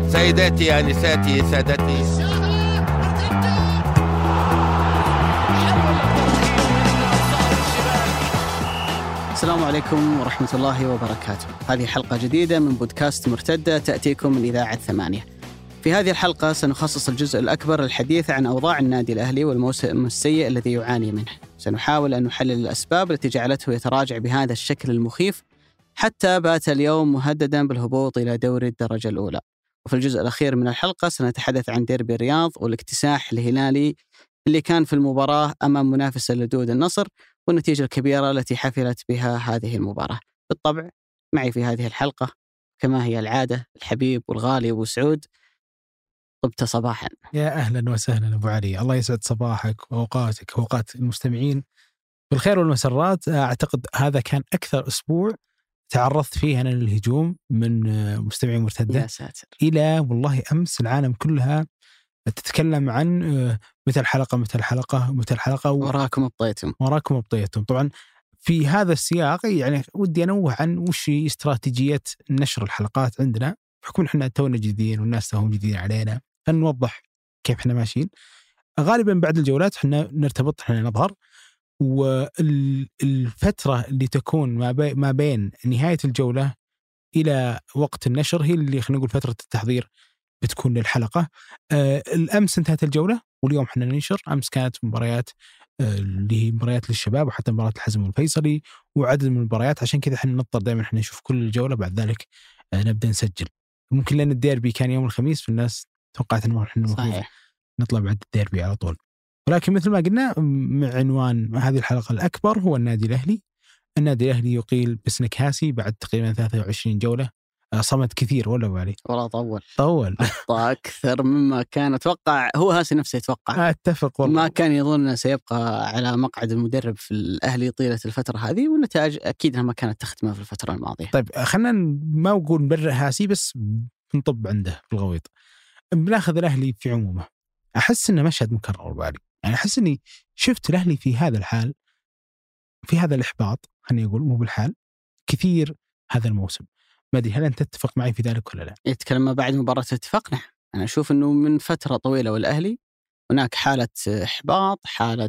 سيداتي آنساتي سادتي. السلام عليكم ورحمة الله وبركاته. هذه حلقة جديدة من بودكاست مرتدة تأتيكم من إذاعة 8. في هذه الحلقة سنخصص الجزء الأكبر للحديث عن أوضاع النادي الأهلي والموسم السيء الذي يعاني منه. سنحاول أن نحلل الأسباب التي جعلته يتراجع بهذا الشكل المخيف حتى بات اليوم مهددا بالهبوط إلى دوري الدرجة الأولى. وفي الجزء الأخير من الحلقة سنتحدث عن ديربي الرياض والاكتساح الهلالي اللي كان في المباراة أمام منافسه اللدود النصر والنتيجة الكبيرة التي حفلت بها هذه المباراة. بالطبع معي في هذه الحلقة كما هي العادة الحبيب والغالي أبو سعود. طبت صباحا. يا أهلا وسهلا أبو علي، الله يسعد صباحك وأوقاتك وأوقات المستمعين بالخير والمسرات. أعتقد هذا كان أكثر أسبوع تعرضت فيه أنا للهجوم من مستمعين مرتدة. يا ساتر. إلى والله أمس العالم كلها تتكلم عن متى الحلقة وراكم أبطيتم. طبعا في هذا السياق يعني ودي أنوه عن وش استراتيجية نشر الحلقات عندنا، بحكم إحنا تونا جديدين والناس توهم جديدين علينا، فنوضح كيف إحنا ماشيين. غالبا بعد الجولات إحنا نرتبط، إحنا نظهر، والفترة اللي تكون ما بين نهاية الجولة إلى وقت النشر هي اللي خلينا نقول فترة التحضير بتكون للحلقة. الأمس انتهت الجولة واليوم احنا ننشر. أمس كانت مباريات اللي هي مباريات للشباب وحتى مباراة الحزم والفيصلي وعدد من المباريات، عشان كذا احنا نضطر دائما احنا نشوف كل الجولة بعد ذلك نبدأ نسجل. ممكن لأن الديربي كان يوم الخميس فالناس توقعت أنه احنا نطلع بعد الديربي على طول، ولكن مثل ما قلنا عنوان هذه الحلقة الأكبر هو النادي الأهلي. النادي الأهلي يقيل بسنكاسي بعد تقريبا 23 جولة. صمت كثير ولا بالي؟ والله طول أكثر مما كان أتوقع. هو هاسي نفسه يتوقع. أتفق والله. ما كان يظن سيبقى على مقعد المدرب في الأهلي طيلة الفترة هذه، والنتائج أكيد أنها ما كانت تختمها في الفترة الماضية. طيب خلنا ما نقول نبرر هاسي، بس نطب عنده في الغويط. بناخذ الأهلي في عمومه، أحس إنه مشهد مكرر بالي. يعني أحس إني شفت الأهلي في هذا الحال، في هذا الإحباط، خليني أقول مو بالحال كثير هذا الموسم. ما أدري هل أنت تتفق معي في ذلك ولا لا؟ يتكلم بعد مباراة اتفقنا. أنا أشوف أنه من فترة طويلة والأهلي هناك حالة إحباط، حالة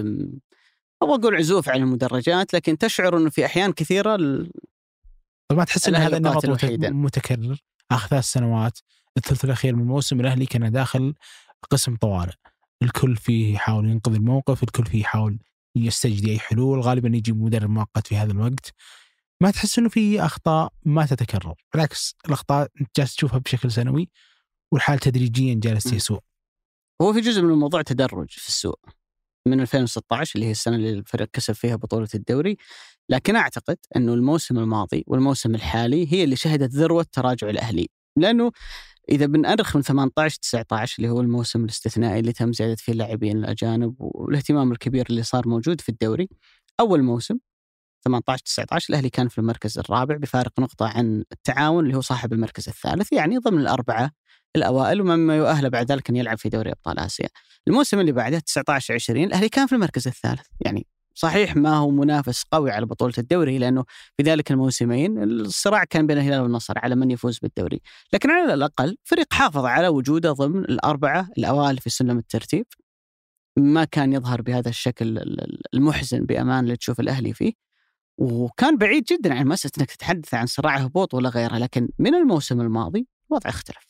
أبغى أقول عزوف عن المدرجات، لكن تشعر أنه في أحيان كثيرة طب ما تحس أن هذا النمط متكرر آخر 3 سنوات؟ الثلث الأخير من الموسم الأهلي كان داخل قسم طوارئ، الكل فيه يحاول ينقذ الموقف، الكل فيه يحاول يستجدي أي حلول، غالبا يجي مدرب مؤقت في هذا الوقت. ما تحس إنه في أخطاء ما تتكرر؟ بالعكس الأخطاء جالس تشوفها بشكل سنوي والحال تدريجيا جالس يسوء. هو في جزء من الموضوع تدرج في السوء من 2016 اللي هي السنة اللي الفريق كسب فيها بطولة الدوري، لكن أعتقد أنه الموسم الماضي والموسم الحالي هي اللي شهدت ذروة تراجع الأهلي. لأنه إذا بنأرخ من 18-19 اللي هو الموسم الاستثنائي اللي تم زيادة فيه اللاعبين الأجانب والاهتمام الكبير اللي صار موجود في الدوري، أول موسم 18-19 الأهلي كان في المركز الرابع بفارق نقطة عن التعاون اللي هو صاحب المركز الثالث، يعني ضمن الأربعة الأوائل، ومما يؤهل بعد ذلك أن يلعب في دوري أبطال آسيا. الموسم اللي بعده 19-20 الأهلي كان في المركز الثالث، يعني صحيح ما هو منافس قوي على بطولة الدوري لأنه في ذلك الموسمين الصراع كان بين الهلال والنصر على من يفوز بالدوري، لكن على الأقل فريق حافظ على وجوده ضمن الأربعة الأوائل في سلم الترتيب. ما كان يظهر بهذا الشكل المحزن بأمان اللي تشوف الأهلي فيه، وكان بعيد جدا عن مسألة أنك تتحدث عن صراع هبوط ولا غيرها. لكن من الموسم الماضي الوضع اختلف.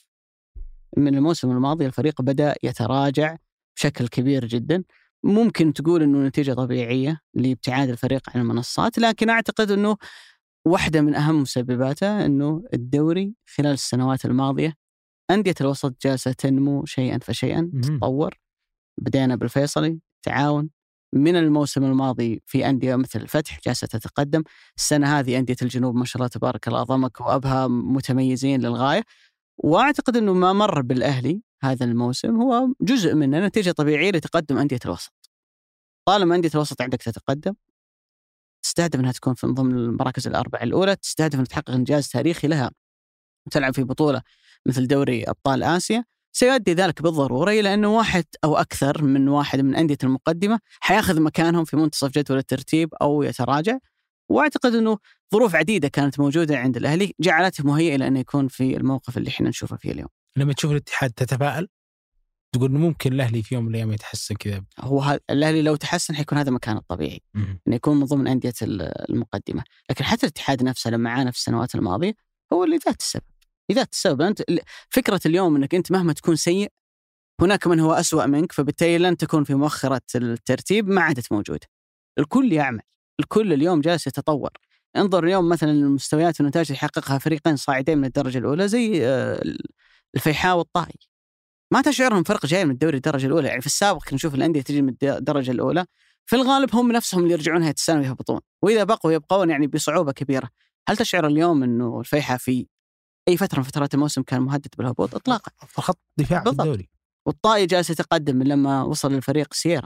من الموسم الماضي الفريق بدأ يتراجع بشكل كبير جدا. ممكن تقول أنه نتيجة طبيعية لابتعاد الفريق عن المنصات، لكن أعتقد أنه واحدة من أهم مسبباته أنه الدوري خلال السنوات الماضية أندية الوسط جالسة تنمو شيئا فشيئا، تتطور. بدأنا بالفيصلي، تعاون. من الموسم الماضي في أندية مثل الفتح جالسة تتقدم. السنة هذه أندية الجنوب ما شاء الله تبارك الله ضمك وأبها متميزين للغاية. وأعتقد أنه ما مر بالأهلي هذا الموسم هو جزء منه نتيجة طبيعية لتقدم أندية الوسط. طالما أندية الوسط عندك تتقدم، تستهدف أنها تكون في ضمن المراكز الأربع الأولى، تستهدف أن تحقق إنجاز تاريخي لها وتلعب في بطولة مثل دوري أبطال آسيا، سيؤدي ذلك بالضرورة إلى أنه واحد أو أكثر من واحد من أندية المقدمة حياخذ مكانهم في منتصف جدول الترتيب أو يتراجع. وأعتقد أنه ظروف عديدة كانت موجودة عند الأهلي جعلته مهيئ إلى أن يكون في الموقف اللي احنا نشوفه فيه اليوم. لما تشوف الاتحاد تتفائل تقول إنه ممكن الأهلي في يوم من الأيام يتحسن كذا. هو الأهلي لو تحسن حيكون هذا مكان الطبيعي إنه يكون من ضمن أندية المقدمة. لكن حتى الاتحاد نفسه لما عانى في السنوات الماضية هو اللي ذات السبب. أنت فكرة اليوم أنك أنت مهما تكون سيء هناك من هو أسوأ منك، فبالتالي لن تكون في مؤخرة الترتيب، ما عادت موجودة. الكل يعمل، الكل اليوم جالس يتطور. انظر اليوم مثلا المستويات والنتائج اللي يحققها فريقين صاعدين من الدرجة الأولى زي الفيحاء والطائي، ما تشعرهم فرق جاي من الدوري الدرجة الأولى. يعني في السابق كنا نشوف الأندية تجي من الدرجة الأولى في الغالب هم نفسهم اللي يرجعون نهاية السنة ويهبطون، وإذا بقوا يبقون يعني بصعوبة كبيرة. هل تشعر اليوم إنه الفيحاء في أي فترة من فترات الموسم كان مهدد بالهبوط؟ إطلاقا. خط دفاع في الدوري. والطائي جالس يتقدم من لما وصل للفريق سيارة.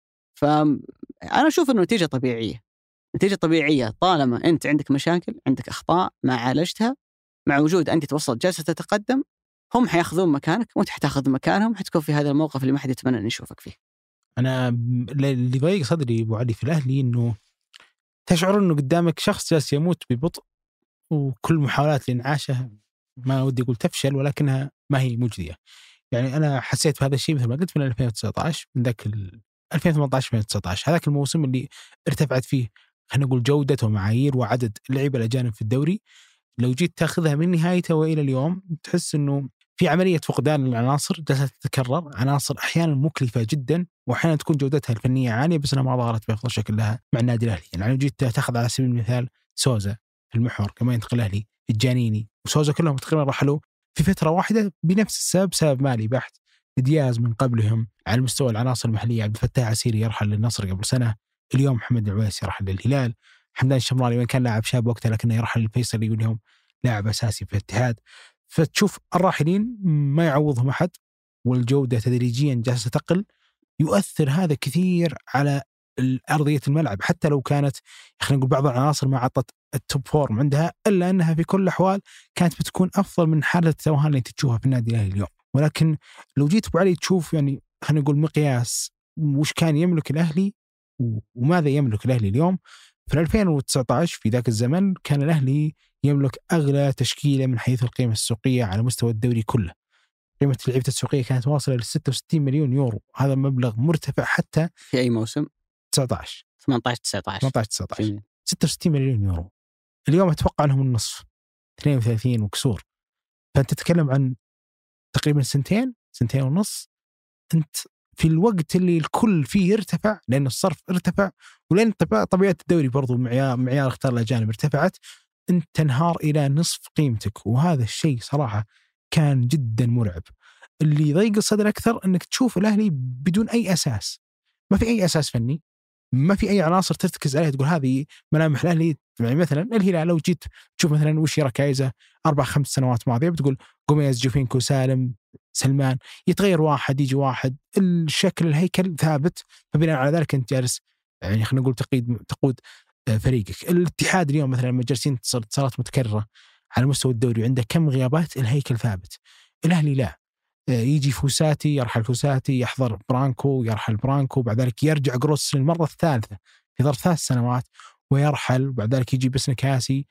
فأنا أشوف إنه نتيجة طبيعية طالما أنت عندك مشاكل، عندك أخطاء ما عالجتها، مع وجود أنت توصل جالسة تتقدم، هم حياخذون مكانك وأنت حتاخذ مكانهم، حتكون في هذا الموقف اللي ما حد يتمنى أن يشوفك فيه. أنا اللي ضايق صدري أبو علي في الأهلي إنه تشعر إنه قدامك شخص جالس يموت ببطء، وكل محاولات لإنعاشه ما ودي أقول تفشل ولكنها ما هي مجدية. يعني أنا حسيت بهذا الشيء مثل ما قلت من 2019، من ذاك 2018-2019 هذاك الموسم اللي ارتفعت فيه خلينا نقول جودة ومعايير وعدد اللعيبة الأجانب في الدوري. لو جيت تأخذها من نهايته وإلى اليوم تحس إنه في عملية فقدان العناصر جالسة تتكرر، عناصر أحيانا مكلفة جدا وأحيانا تكون جودتها الفنية عالية بس أنها ما ظهرت بأفضل شكل لها مع النادي الأهلي. يعني لو جيت تأخذ على سبيل المثال سوزا في المحور كما ينتقل الأهلي، الجانيني وسوزا كلهم تقريبا رحلوا في فترة واحدة بنفس السبب، سبب مالي بحت. دياز من قبلهم على مستوى العناصر المحلية، عبد الفتاح عسيري يرحل للنصر قبل سنة، اليوم محمد العويس يرحل للهلال، حمدان الشمراني وين كان لاعب شاب وقتها لكنه يرحل للفيصلي واليوم لاعب أساسي في الاتحاد. فتشوف الراحلين ما يعوضهم أحد والجودة تدريجيا جالسة تقل، يؤثر هذا كثير على أرضية الملعب. حتى لو كانت خلينا نقول بعض العناصر ما عطت التوب فورم عندها، إلا أنها في كل الأحوال كانت بتكون أفضل من حالة التوهان اللي تشوفها في النادي الأهلي اليوم. ولكن لو جيت أبو علي تشوف يعني خلينا نقول مقياس وش كان يملك الأهلي وماذا يملك الأهلي اليوم، في 2019 في ذاك الزمن كان الأهلي يملك أغلى تشكيلة من حيث القيمة السوقية على مستوى الدوري كله. قيمة اللعيبة السوقية كانت واصلة ل 66 مليون يورو، هذا مبلغ مرتفع حتى في أي موسم؟ 19 18-19 66 مليون يورو. اليوم أتوقع أنهم النصف، 32 وكسور. فأنت تتكلم عن تقريبا سنتين ونص، أنت في الوقت اللي الكل فيه ارتفع لأن الصرف ارتفع ولأن طبيعة الدوري برضو معيار اختار الأجانب ارتفعت، أنت تنهار إلى نصف قيمتك. وهذا الشيء صراحة كان جدا مرعب. اللي يضيق الصدر أكثر أنك تشوف الأهلي بدون أي أساس، ما في أي أساس فني، ما في أي عناصر ترتكز عليها تقول هذه ملامح الأهلي. يعني مثلا الهلال لو جيت تشوف مثلا وش ركائزه 4-5 سنوات ماضية بتقول قوميز، جوفينكو، سلمان، يتغير واحد يجي واحد، الشكل الهيكل ثابت. فبناء على ذلك أنت جالس يعني خلينا نقول تقود فريقك. الاتحاد اليوم مثلا لما جالسين اتصالات متكررة على مستوى الدوري عنده كم غيابات، الهيكل ثابت. الأهلي لا، يجي فوساتي يرحل فوساتي، يحضر برانكو يرحل برانكو، بعد ذلك يرجع جروس للمرة الثالثة في ظرف 3 سنوات ويرحل، وبعد ذلك يجي بسنكاسي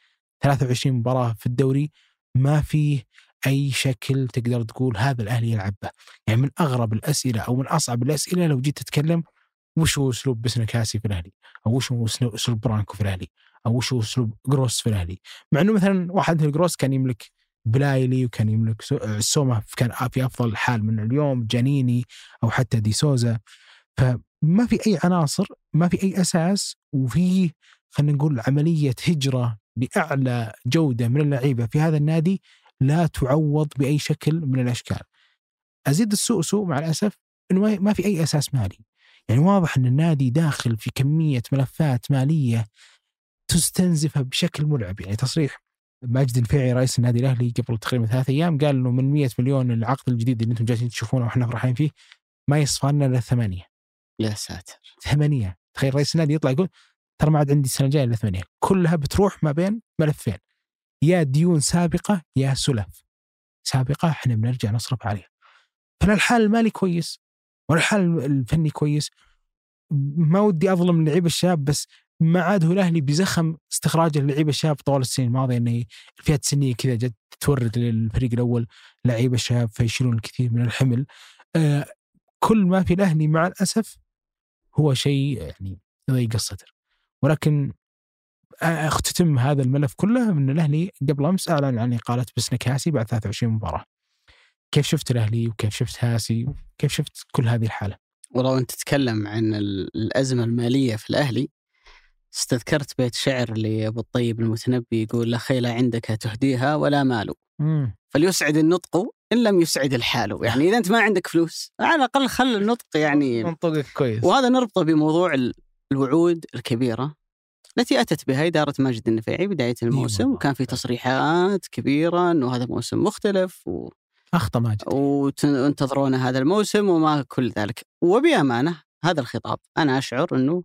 23 مباراة في الدوري. ما فيه أي شكل تقدر تقول هذا الأهلي يلعب به. يعني من أغرب الأسئلة أو من أصعب الأسئلة لو جيت تتكلم وش هو أسلوب بسنكاسي في الأهلي، أو وش هو أسلوب برانكو في الأهلي، أو وش هو أسلوب جروس في الأهلي. مع أنه مثلا واحد مثل جروس كان يملك بلايلي وكان يملك السومة كان في أفضل حال من اليوم، جانيني أو حتى دي سوزا. فما في أي عناصر، ما في أي أساس، وفي خلينا نقول عملية هجرة بأعلى جودة من اللعيبة في هذا النادي لا تعوض بأي شكل من الأشكال. أزيد السوء سوء مع الأسف إنه ما في أي أساس مالي. يعني واضح أن النادي داخل في كمية ملفات مالية تستنزفها بشكل مرعب. يعني تصريح ماجد الفيعي رئيس النادي الأهلي قبل تقريبا 3 أيام قال إنه من 100 مليون العقد الجديد اللي أنتم جالسين تشوفونه وإحنا فرحين فيه ما يصفى لنا إلا 8. يا ساتر، 8. تخيل رئيس النادي يطلع يقول ترى ما عاد عندي السنة الجاية إلا 8. كلها بتروح ما بين ملفين، يا ديون سابقة يا سلف سابقة إحنا بنرجع نصرف عليها. فلا الحال المالي كويس ولا الحال الفني كويس. ما ودي أظلم اللعيبة الشاب بس ما عاد هو الأهلي بزخم استخراج اللعيبة الشاب طوال السنين الماضية، أن الفئات السنية كذا جت تورد للفريق الأول لعيبة شاب فيشيلون الكثير من الحمل. كل ما في الأهلي مع الأسف هو شيء يعني يضيق الصدر. ولكن اختتم هذا الملف كله من الأهلي قبل أمس أعلن عن إقالة بسنك هاسي بعد 23 مباراة. كيف شفت الأهلي وكيف شفت هاسي وكيف شفت كل هذه الحالة؟ والله أنت تتكلم عن الأزمة المالية في الأهلي، استذكرت بيت شعر لأبو الطيب المتنبي يقول: لا خيل عندك تهديها ولا مال، فليسعد النطق إن لم يسعد الحال. يعني إذا أنت ما عندك فلوس على الأقل خل النطق يعني منطقك كويس. وهذا نربطه بموضوع الوعود الكبيرة التي أتت بها إدارة ماجد النفيعي بداية الموسم، وكان في تصريحات كبيرة أنه هذا موسم مختلف أخطأ ماجد وانتظرونا هذا الموسم وما كل ذلك. وبأمانة هذا الخطاب أنا أشعر أنه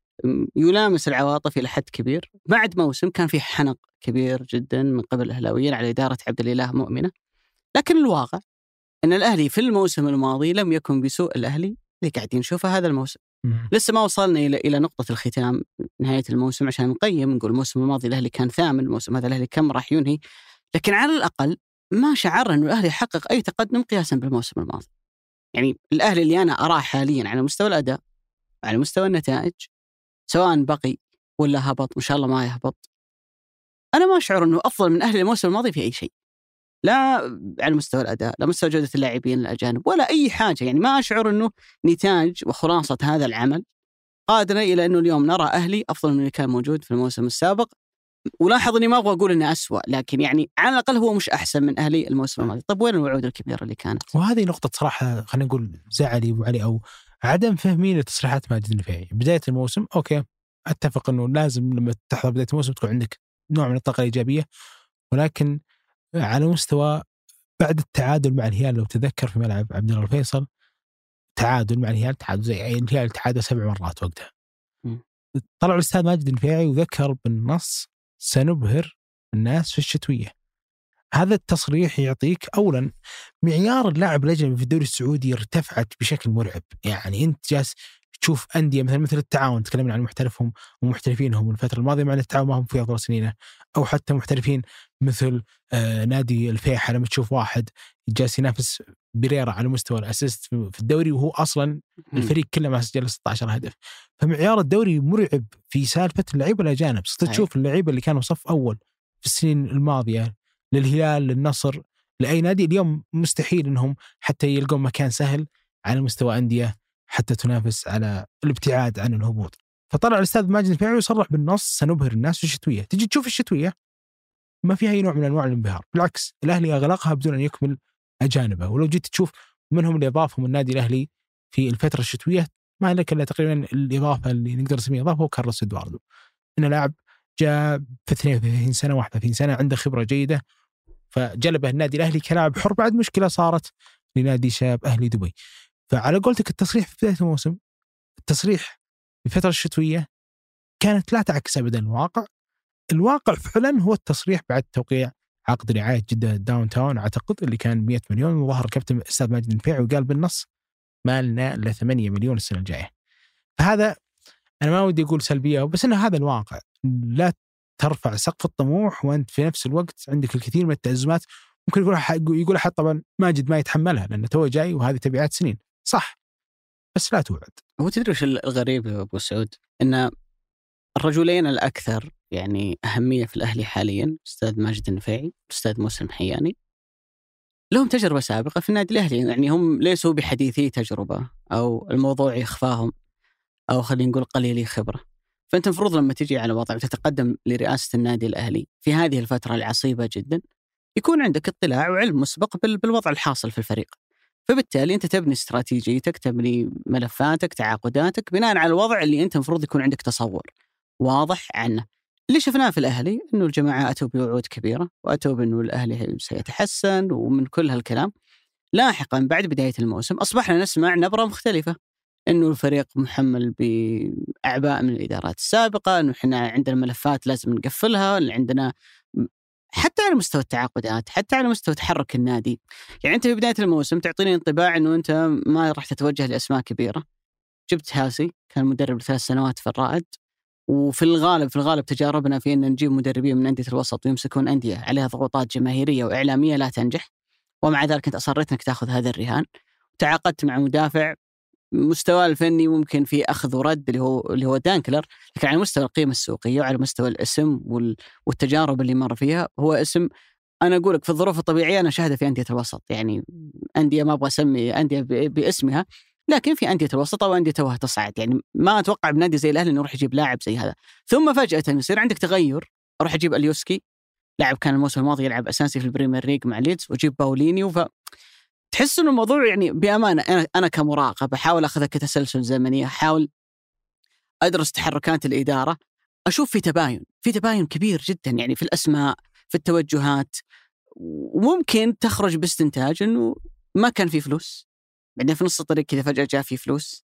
يلامس العواطف إلى حد كبير. بعد موسم كان في حنق كبير جدا من قبل الأهلاويين على إدارة عبد الإله مؤمنة، لكن الواقع أن الأهلي في الموسم الماضي لم يكن بسوء الأهلي اللي قاعدين نشوفه هذا الموسم. لسه ما وصلنا إلى نقطة الختام نهاية الموسم عشان نقيم نقول الموسم الماضي الأهلي كان ثامن، الموسم هذا الأهلي كم راح ينهي، لكن على الأقل ما شعرنا أنه الأهلي حقق أي تقدم قياسا بالموسم الماضي. يعني الأهلي اللي أنا أراه حاليا على مستوى الأداء على مستوى النتائج، سواء بقي ولا هبط وإن شاء الله ما يهبط، أنا ما أشعر أنه أفضل من أهلي الموسم الماضي في أي شيء، لا على مستوى الأداء لا مستوى جودة اللاعبين الأجانب ولا أي حاجة. يعني ما أشعر أنه نتاج وخلاصة هذا العمل قادنا إلى أنه اليوم نرى أهلي أفضل من اللي كان موجود في الموسم السابق. ولاحظ أني ما أبغى أقول أنه أسوأ، لكن يعني على الأقل هو مش أحسن من أهلي الموسم الماضي. طب وين الوعود الكبيرة اللي كانت؟ وهذه نقطة صراحة خلينا نقول زعلي أبو علي أو عدم فهمي لتصريحات ماجد النفيعي بداية الموسم. أوكي أتفق أنه لازم لما تحضر بداية الموسم تكون عندك نوع من الطاقة الإيجابية، ولكن على مستوى بعد التعادل مع الهلال، لو تذكر في ملعب عبد الله الفيصل تعادل مع الهلال، تعادل زي الهلال تعادل 7 مرات وقتها. طلع الأستاذ ماجد النفيعي وذكر بالنص سنبهر الناس في الشتوية. هذا التصريح يعطيك أولا معيار اللاعب الأجنبي في الدوري السعودي ارتفعت بشكل مرعب. يعني أنت جالس تشوف أندية مثل التعاون، تكلمنا عن محترفهم ومحترفينهم الفترة الماضية مع التعاون ما هم في أفضل سنينه، أو حتى محترفين مثل نادي الفيحة لما تشوف واحد جالس ينافس بريرة على مستوى الأسيست في الدوري وهو أصلا الفريق كله ما سجل 16 هدف. فمعيار الدوري مرعب في سالفة اللعيبة الأجانب. صرت تشوف اللعيبة اللي كانوا صف أول في السنين الماضية للهلال للنصر لأي نادي، اليوم مستحيل أنهم حتى يلقون مكان سهل على مستوى أندية حتى تنافس على الابتعاد عن الهبوط. فطلع الأستاذ ماجد النفيعي وصرح بالنص سنبهر الناس في الشتوية. تجي تشوف الشتوية ما فيها أي نوع من أنواع الانبهار، بالعكس الأهلي أغلقها بدون أن يكمل أجانبه. ولو جيت تشوف منهم اللي أضافهم النادي الأهلي في الفترة الشتوية ما لك إلا تقريبا الإضافة اللي نقدر نسميها إضافة هو كارلوس إدواردو، إنه لاعب جاء في 32 سنة 31 سنة عنده خبرة جيدة فجلبه النادي الأهلي كلاعب حر بعد مشكلة صارت لنادي شاب أهلي دبي. فعلى قولتك التصريح في بداية الموسم، التصريح في الفترة الشتوية كانت لا تعكس أبدا الواقع. الواقع فعلا هو التصريح بعد توقيع عقد رعاية جدة داون تاون أعتقد اللي كان 100 مليون، وظهر الكابتن الأستاذ ماجد النفيعي وقال بالنص ما لنا إلا 8 مليون السنة الجاية. فهذا أنا ما ودي أقول سلبية بس أنه هذا الواقع. لا ترفع سقف الطموح وأنت في نفس الوقت عندك الكثير من التأزمات. ممكن يقول أحد طبعا ماجد ما يتحملها لأنه توه جاي وهذه تبعات سنين، صح، بس لا توعد. هو تدري وش الغريب يا أبو سعود؟ إن الرجلين الأكثر يعني أهمية في الأهلي حاليا أستاذ ماجد النفيعي أستاذ مسلم حياني لهم تجربة سابقة في النادي الأهلي. يعني هم ليسوا بحديثي تجربة أو الموضوع يخفاهم أو خلينا نقول قليلي خبرة. فأنت المفروض لما تجي على وضع تتقدم لرئاسة النادي الأهلي في هذه الفترة العصيبة جدا يكون عندك اطلاع وعلم مسبق بالوضع الحاصل في الفريق. فبالتالي أنت تبني استراتيجيتك، تبني ملفاتك، تعاقداتك بناء على الوضع اللي أنت المفروض يكون عندك تصور واضح عنه. اللي شفناه في الأهلي أنه الجماعة أتوا بوعود كبيرة وأتوا بأنه الأهلي سيتحسن ومن كل هالكلام. لاحقا بعد بداية الموسم أصبحنا نسمع نبرة مختلفة، أنه الفريق محمل بأعباء من الإدارات السابقة، أنه إحنا عندنا ملفات لازم نقفلها، اللي عندنا حتى على مستوى التعاقدات، حتى على مستوى تحرك النادي. يعني أنت في بداية الموسم تعطيني انطباع أنه أنت ما راح تتوجه لأسماء كبيرة. جبت هاسي كان مدرب ل3 سنوات في الرائد وفي الغالب تجاربنا في أن نجيب مدربين من أندية الوسط ويمسكون أندية عليها ضغوطات جماهيرية وإعلامية لا تنجح، ومع ذلك أنت أصريت أنك تأخذ هذا الرهان، تعاقدت مع مدافع مستوى الفني ممكن في أخذ ورد اللي هو دانكلر، لكن على مستوى القيمة السوقية وعلى مستوى الاسم والتجارب اللي مر فيها هو اسم أنا أقولك في الظروف الطبيعية أنا شاهده في أندية الوسط، يعني أندية ما أبغى أسمي أندية باسمها، لكن في أندية الوسط أو أندية توها تصعد، يعني ما أتوقع بنادي زي الأهلي إنه يروح يجيب لاعب زي هذا، ثم فجأة يصير عندك تغير، أروح أجيب اليوسكي لاعب كان الموسم الماضي يلعب أساسي في البريمير ليج مع ليدز، وأجيب باولينيو، تحس إنه الموضوع يعني بأمانة أنا كمراقب أحاول أخذها كتسلسل زمني، أحاول أدرس تحركات الإدارة، أشوف في تباين كبير جدا يعني في الأسماء في التوجهات، وممكن تخرج باستنتاج إنه ما كان في فلوس، بعدين في نص الطريق كذا فجأة جاء في فلوس،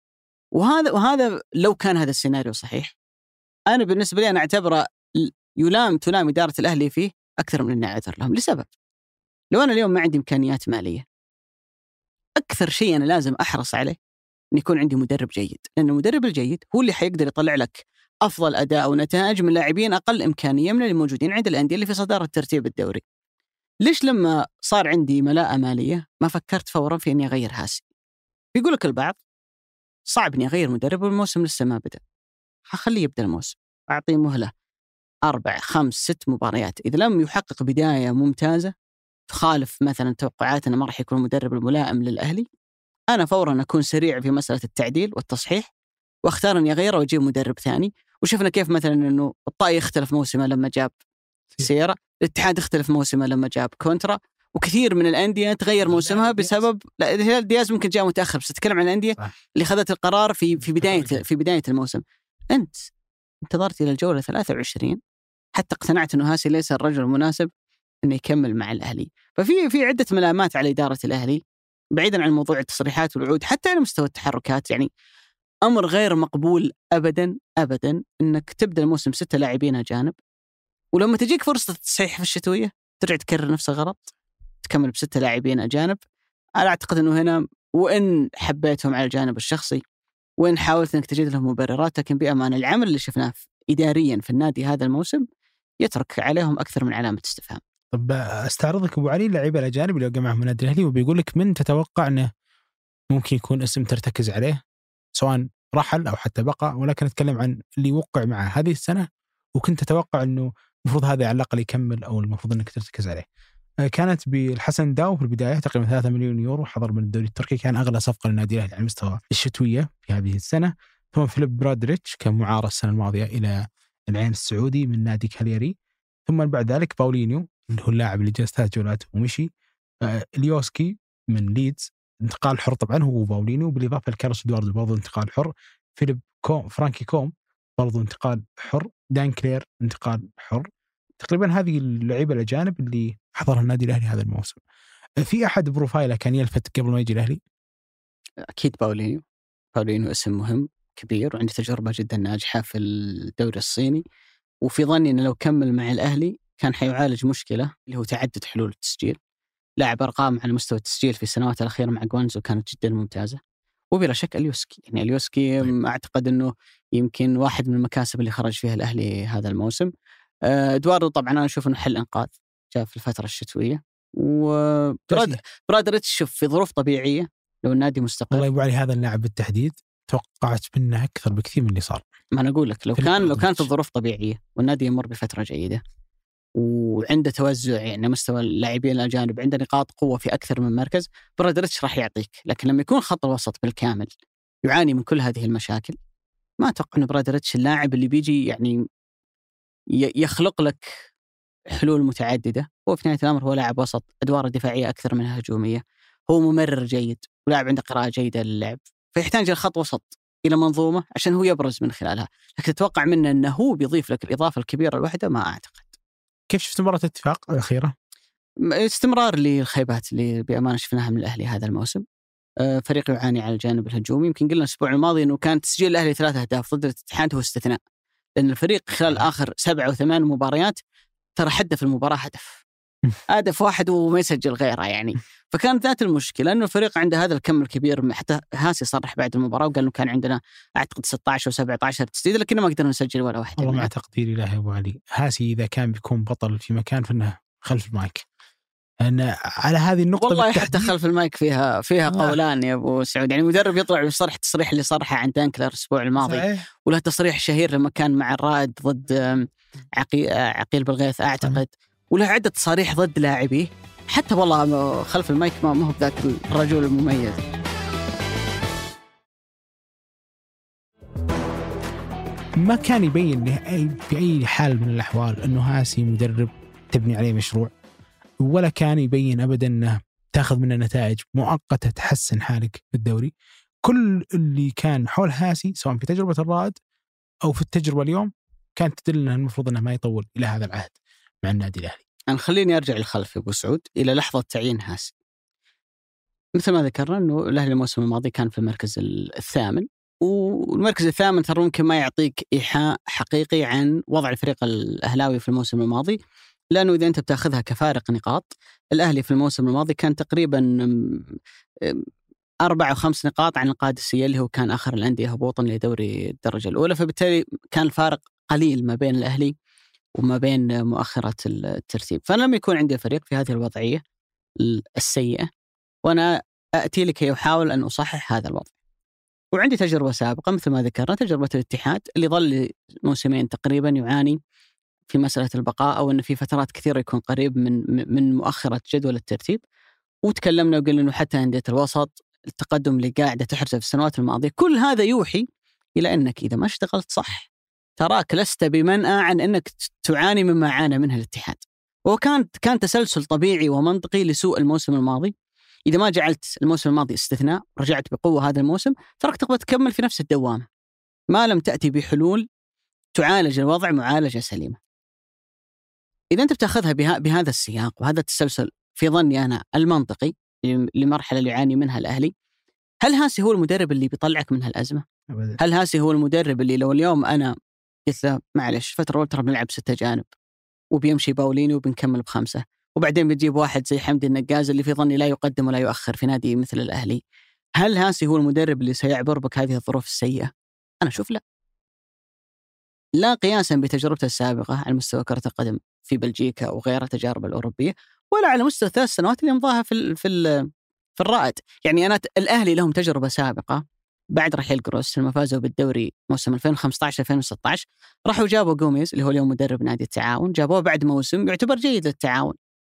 وهذا لو كان هذا السيناريو صحيح أنا بالنسبة لي أنا أعتبره تلام إدارة الأهلي فيه أكثر من إني أعذر لهم، لسبب لو أنا اليوم ما عندي إمكانيات مالية أكثر شيء أنا لازم أحرص عليه أن يكون عندي مدرب جيد، لأن المدرب الجيد هو اللي حيقدر يطلع لك أفضل أداء ونتائج من لاعبين أقل إمكانية من اللي موجودين عند الأندية اللي في صدارة ترتيب الدوري. ليش لما صار عندي ملاءة مالية ما فكرت فورا في أني أغير هاسي؟ بيقول لك البعض صعب أني أغير مدرب والموسم لسه ما بدأ، هخليه يبدأ الموسم، أعطيه مهلة 4 5 6 مباريات، إذا لم يحقق بداية ممتازة تخالف مثلا توقعاتنا ما راح يكون المدرب الملائم للأهلي، أنا فورا أكون سريع في مسألة التعديل والتصحيح واختار أني أغيره وأجيب مدرب ثاني. وشفنا كيف مثلا أنه الطائي اختلف موسمه لما جاب سيارة، الاتحاد اختلف موسمه لما جاب كونترا، وكثير من الأندية تغير موسمها بسبب الهلال دياز ممكن جاء متأخر، بس أتكلم عن الأندية اللي خذت القرار في بداية الموسم. أنت انتظرت إلى الجولة 23 حتى اقتنعت أنه هاسي ليس الرجل المناسب أنه يكمل مع الأهلي. ففي عدة ملامات على إدارة الأهلي بعيدا عن موضوع التصريحات والوعود، حتى على مستوى التحركات، يعني أمر غير مقبول أبدا أبدا أنك تبدأ الموسم 6 لاعبين أجانب، ولما تجيك فرصة التصحيح في الشتوية ترجع تكرر نفس الغلط تكمل ب6 لاعبين أجانب. أنا أعتقد أنه هنا وإن حبيتهم على الجانب الشخصي وإن حاولت أنك تجد لهم مبررات، لكن بأمان العمل اللي شفناه إداريا في النادي هذا الموسم يترك عليهم أكثر من علامة استفهام. طب استعرضك أبو علي اللاعبين الأجانب اللي جمعهم من النادي الأهلي، وبيقول لك من تتوقع أنه ممكن يكون اسم ترتكز عليه سواء رحل أو حتى بقى، ولكن أتكلم عن اللي وقع معه هذه السنة وكنت تتوقع أنه المفروض هذا على الأقل يكمل أو المفروض أنك ترتكز عليه. كانت بالحسن داو في البداية تقريبا 3 مليون يورو، حضر من الدوري التركي، كان أغلى صفقة للنادي الأهلي على مستوى الشتوية في هذه السنة. ثم فيليب برادريتش كان معار السنة الماضية إلى العين السعودي من نادي كالياري. ثم بعد ذلك باولينيو اللي هو اللاعب اللي جلس 3 جولات ومشي. اليوسكي من ليدز انتقال حر طبعا هو باولينيو، بالإضافة لكارلوس إدواردو برضو انتقال حر. فرانكي كوم برضو انتقال حر. دان كلير انتقال حر. تقريبا هذه اللعيبة الأجانب اللي حضرها النادي الأهلي هذا الموسم. في أحد بروفايله كان يلفت قبل ما يجي الأهلي؟ أكيد باولينيو اسم مهم كبير وعنده تجربة جدا ناجحة في الدوري الصيني، وفي ظني أنه لو كمل مع الأهلي كان حيعالج مشكلة اللي هو تعدد حلول التسجيل. لاعب أرقام على مستوى التسجيل في السنوات الأخيرة مع جوانزو كانت جدا ممتازة. وبلا شك اليوسكي طيب. أعتقد أنه يمكن واحد من المكاسب اللي خرج فيها الأهلي هذا الموسم. إدواردو طبعا أنا أشوف أنه حل إنقاذ جاء في الفترة الشتوية. برادريتش شوف في ظروف طبيعية لو النادي مستقر. والله يبغى علي هذا اللاعب بالتحديد توقعت منه أكثر بكثير من اللي صار. ما أنا أقول لك لو كانت الظروف طبيعية والنادي يمر بفترة جيدة وعنده توزع يعني مستوى اللاعبين الأجانب عنده نقاط قوة في أكثر من مركز، برادريتش راح يعطيك. لكن لما يكون خط الوسط بالكامل يعاني من كل هذه المشاكل، ما أتوقع أن برادريتش اللاعب اللي بيجي يعني يخلق لك حلول متعددة. هو في نهاية الأمر هو لاعب وسط أدواره دفاعية أكثر منها هجومية، هو ممرر جيد ولاعب عنده قراءة جيدة للعب، فيحتاج الخط وسط إلى منظومة عشان هو يبرز من خلالها. لكن تتوقع منه أنه هو بيضيف لك الإضافة الكبيرة الواحدة؟ ما أعتقد. كيف شفت مباراة الاتفاق الأخيرة؟ استمرار للخيبات اللي بأمانة شفناها من الأهلي هذا الموسم. فريق يعاني على الجانب الهجومي. يمكن قلنا الأسبوع الماضي أنه كان تسجيل الأهلي 3 أهداف ضد الاتحاد هو استثناء، لأن الفريق خلال آخر 7 أو 8 مباريات ترى حدث في المباراة هدف. هدف واحد وما يسجل غيره يعني. فكانت ذات المشكلة أنه الفريق عنده هذا الكم الكبير. حتى هاسي صرح بعد المباراة وقال إنه كان عندنا أعتقد 16 أو 17 تسديد لكن ما قدرنا نسجل ولا واحد. والله مع تقديري له يا أبو علي، هاسي إذا كان بيكون بطل في مكان فإنه خلف المايك. أنا على هذه النقطة والله حتى خلف المايك فيها قولان يا أبو سعود. يعني المدرب يطلع ويصرح تصريح اللي صرحه عن دانكلر الأسبوع الماضي صحيح. وله تصريح شهير لما كان مع الرائد ضد عقيل بالغيث أعتقد صحيح. وله عدة تصاريح ضد لاعبيه. حتى والله خلف المايك ما هو ذاك الرجل المميز. ما كان يبين في أي حال من الأحوال أنه هاسي مدرب تبني عليه مشروع، ولا كان يبين أبدا أنه تأخذ منه نتائج مؤقتة تحسن حالك في الدوري. كل اللي كان حول هاسي سواء في تجربة الرائد أو في التجربة اليوم كانت تدل أنه المفروض أنه ما يطول إلى هذا العهد مع النادي الأهلي. أنا خليني أرجع للخلف يا أبو سعود إلى لحظة تعيين هاسي. مثل ما ذكرنا أنه الأهلي الموسم الماضي كان في المركز الثامن، والمركز الثامن ترى ممكن ما يعطيك إيحاء حقيقي عن وضع الفريق الأهلاوي في الموسم الماضي، لأنه إذا أنت بتاخذها كفارق نقاط، الأهلي في الموسم الماضي كان تقريبا 4 أو 5 نقاط عن القادسية اللي هو كان آخر الأندية هبوطا لدوري الدرجة الأولى. فبالتالي كان الفارق قليل ما بين الأهلي وما بين مؤخرة الترتيب. فلما يكون عندي فريق في هذه الوضعية السيئة وأنا أتي لكي أحاول أن أصحح هذا الوضع، وعندي تجربة سابقة مثل ما ذكرنا تجربة الاتحاد اللي ظل موسمين تقريبا يعاني في مسألة البقاء، أو أن في فترات كثيرة يكون قريب من مؤخرة جدول الترتيب. وتكلمنا وقلنا أنه حتى أندية الوسط التقدم اللي قاعدة تحرزه في السنوات الماضية، كل هذا يوحي إلى أنك إذا ما اشتغلت صح تراك لست بمنأى عن أنك تعاني مما عانى منه الاتحاد. وكان تسلسل طبيعي ومنطقي لسوء الموسم الماضي. إذا ما جعلت الموسم الماضي استثناء رجعت بقوة هذا الموسم تراك تقدر تكمل في نفس الدوامة ما لم تأتي بحلول تعالج الوضع معالجة سليمة. إذا أنت بتأخذها بهذا السياق وهذا التسلسل في ظني أنا المنطقي لمرحلة اللي يعاني منها الأهلي، هل هاسي هو المدرب اللي بيطلعك من هالأزمة؟ أبداً. هل هاسي هو المدرب اللي لو اليوم أنا قلت له معلش فترة ترى بنلعب 6 جانب وبيمشي باوليني وبنكمل ب5 وبعدين بتجيب واحد زي حمدي النقاز اللي في ظني لا يقدم ولا يؤخر في نادي مثل الأهلي، هل هاسي هو المدرب اللي سيعبر بك هذه الظروف السيئة؟ أنا أشوف لا قياسا بتجربته السابقة على مستوى كرة القدم في بلجيكا وغيرها التجارب الأوروبية، ولا على مستوى 3 سنوات اللي مضاها في الرائد. يعني أنا الأهلي لهم تجربة سابقة بعد رحيل جروس لما فازوا بالدوري موسم 2015-2016 راحوا جابوا جوميز اللي هو اليوم مدرب نادي التعاون، جابوه بعد موسم يعتبر جيد للتعاون،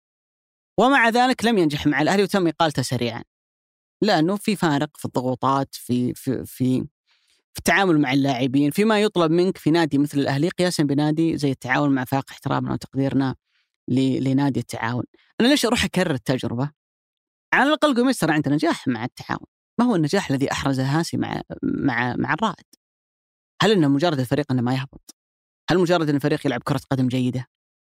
ومع ذلك لم ينجح مع الأهلي وتم إقالته سريعا لأنه في فارق في الضغوطات في التعامل مع اللاعبين فيما يطلب منك في نادي مثل الأهلي قياسا بنادي زي التعاون، مع فاق احترامنا وتقديرنا لنادي التعاون. أنا ليش أروح أكرر التجربة؟ على الأقل جوميز ترى عنده نجاح مع التعاون. ما هو النجاح الذي أحرزه هاسي مع الرائد؟ هل إنه مجرد الفريق إنه ما يهبط؟ هل مجرد إن الفريق يلعب كرة قدم جيدة؟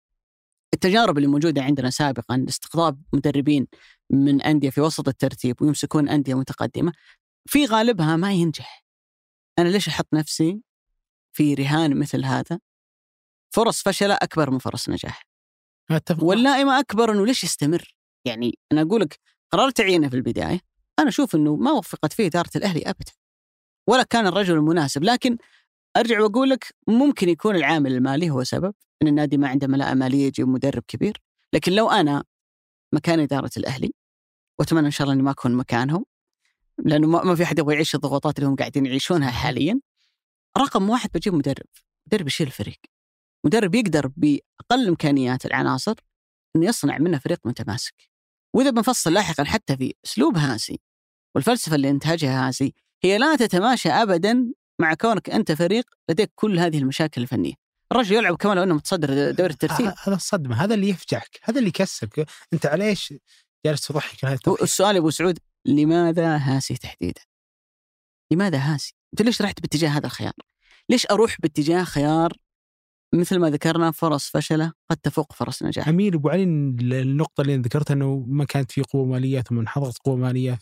التجارب اللي موجودة عندنا سابقا استقطاب مدربين من أندية في وسط الترتيب ويمسكون أندية متقدمة في غالبها ما ينجح. أنا ليش أحط نفسي في رهان مثل هذا؟ فرص فشل أكبر من فرص نجاح، واللائمة أكبر إنه ليش يستمر. يعني أنا أقولك قرار تعيينه في البداية أنا أشوف إنه ما وفقت فيه إدارة الأهلي أبدا ولا كان الرجل المناسب، لكن أرجع وأقولك ممكن يكون العامل المالي هو سبب إن النادي ما عنده ملاءة مالية يجيب مدرب كبير. لكن لو أنا مكان إدارة الأهلي وأتمنى إن شاء الله إني ما أكون مكانهم لأنه ما في أحد يبغى يعيش الضغوطات اللي هم قاعدين يعيشونها حاليا، رقم 1 بجيب مدرب يشيل الفريق، مدرب يقدر بأقل إمكانيات العناصر إنه يصنع منه فريق متماسك. وإذا بنفصل لاحقا حتى في أسلوب هاسي والفلسفة اللي انتهجها هاسي هي لا تتماشى أبدا مع كونك أنت فريق لديك كل هذه المشاكل الفنية. الرجل يلعب كمان لو أنه متصدر دوري الترتيب. هذا الصدمة، هذا اللي يفجعك، هذا اللي يكسبك. أنت عليش جالس تضحك؟ السؤال يا أبو سعود لماذا هاسي تحديدا؟ لماذا هاسي؟ أنت ليش رحت باتجاه هذا الخيار؟ ليش أروح باتجاه خيار مثل ما ذكرنا فرص فشلة قد تفوق فرص نجاح؟ أمير أبو علي النقطة اللي ذكرتها أنه ما كانت في قوة مالية ثم انحضرت قوة مالية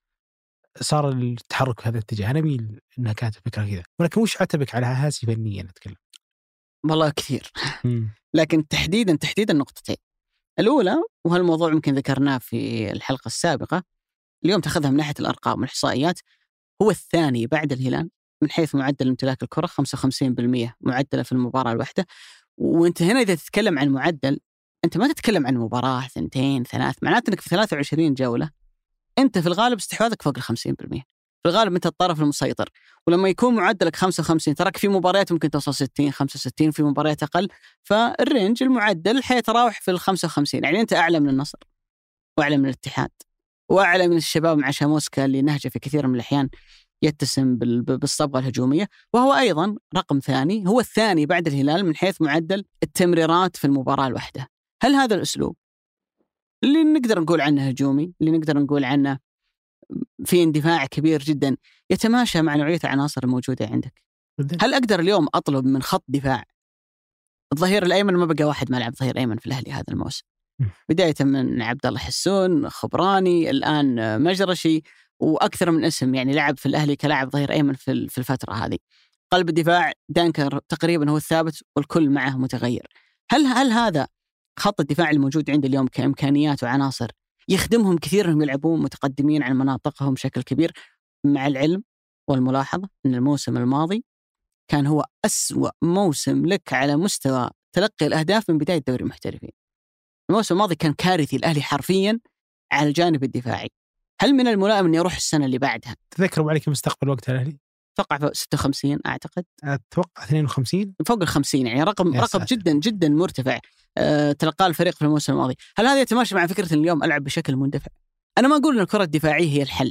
فصار التحرك في هذا الاتجاه. أنا أميل أنها كانت فكرة كذا، ولكن وش عتبك على هاسي فنيا أتكلم؟ والله كثير لكن تحديدا نقطتين. الأولى، وهالموضوع يمكن ذكرناه في الحلقة السابقة، اليوم تأخذها من ناحية الأرقام والإحصائيات، هو الثاني بعد الهلال من حيث معدل امتلاك الكرة، 55% معدله في المباراة الواحدة. وانت هنا إذا تتكلم عن معدل، انت ما تتكلم عن مباراة 2 3، معناته انك في 23 جولة انت في الغالب استحواذك فوق 50%، في الغالب انت الطرف المسيطر. ولما يكون معدلك 55، تراك في مباريات ممكن توصل 60 65، في مباريات اقل، فالرينج المعدل حيتراوح في 55. يعني انت اعلى من النصر، واعلى من الاتحاد، واعلى من الشباب مع شاموسكا اللي نهجه في كثير من الاحيان يتسم بالصبغة الهجومية، وهو أيضا رقم ثاني، هو الثاني بعد الهلال من حيث معدل التمريرات في المباراة الواحدة. هل هذا الأسلوب اللي نقدر نقول عنه هجومي، اللي نقدر نقول عنه في اندفاع كبير جدا، يتماشى مع نوعية العناصر الموجودة عندك؟ هل أقدر اليوم أطلب من خط دفاع الظهير الأيمن؟ ما بقى واحد ما لعب ظهير أيمن في الأهلي هذا الموسم، بداية من عبد الله حسون، خبراني، الآن مجرشي، وأكثر من اسم يعني لعب في الأهلي كلاعب ظهير أيمن في الفترة هذه. قلب الدفاع دانكر تقريبا هو الثابت والكل معه متغير. هل هذا خط الدفاع الموجود عند اليوم كإمكانيات وعناصر يخدمهم كثير أنهم يلعبون متقدمين عن مناطقهم بشكل كبير، مع العلم والملاحظة أن الموسم الماضي كان هو أسوأ موسم لك على مستوى تلقي الأهداف من بداية دوري المحترفين. الموسم الماضي كان كارثي، الأهلي حرفيا على الجانب الدفاعي. هل من الملائم أن يروح السنة اللي بعدها؟ تذكروا عليك مستقبل وقت الأهلي؟ أتوقع 56 أعتقد، أتوقع 52 فوق 50، يعني رقم جدا جدا مرتفع تلقاه الفريق في الموسم الماضي. هل هذا يتماشى مع فكرة أن اليوم ألعب بشكل مندفع؟ أنا ما أقول أن الكرة الدفاعية هي الحل،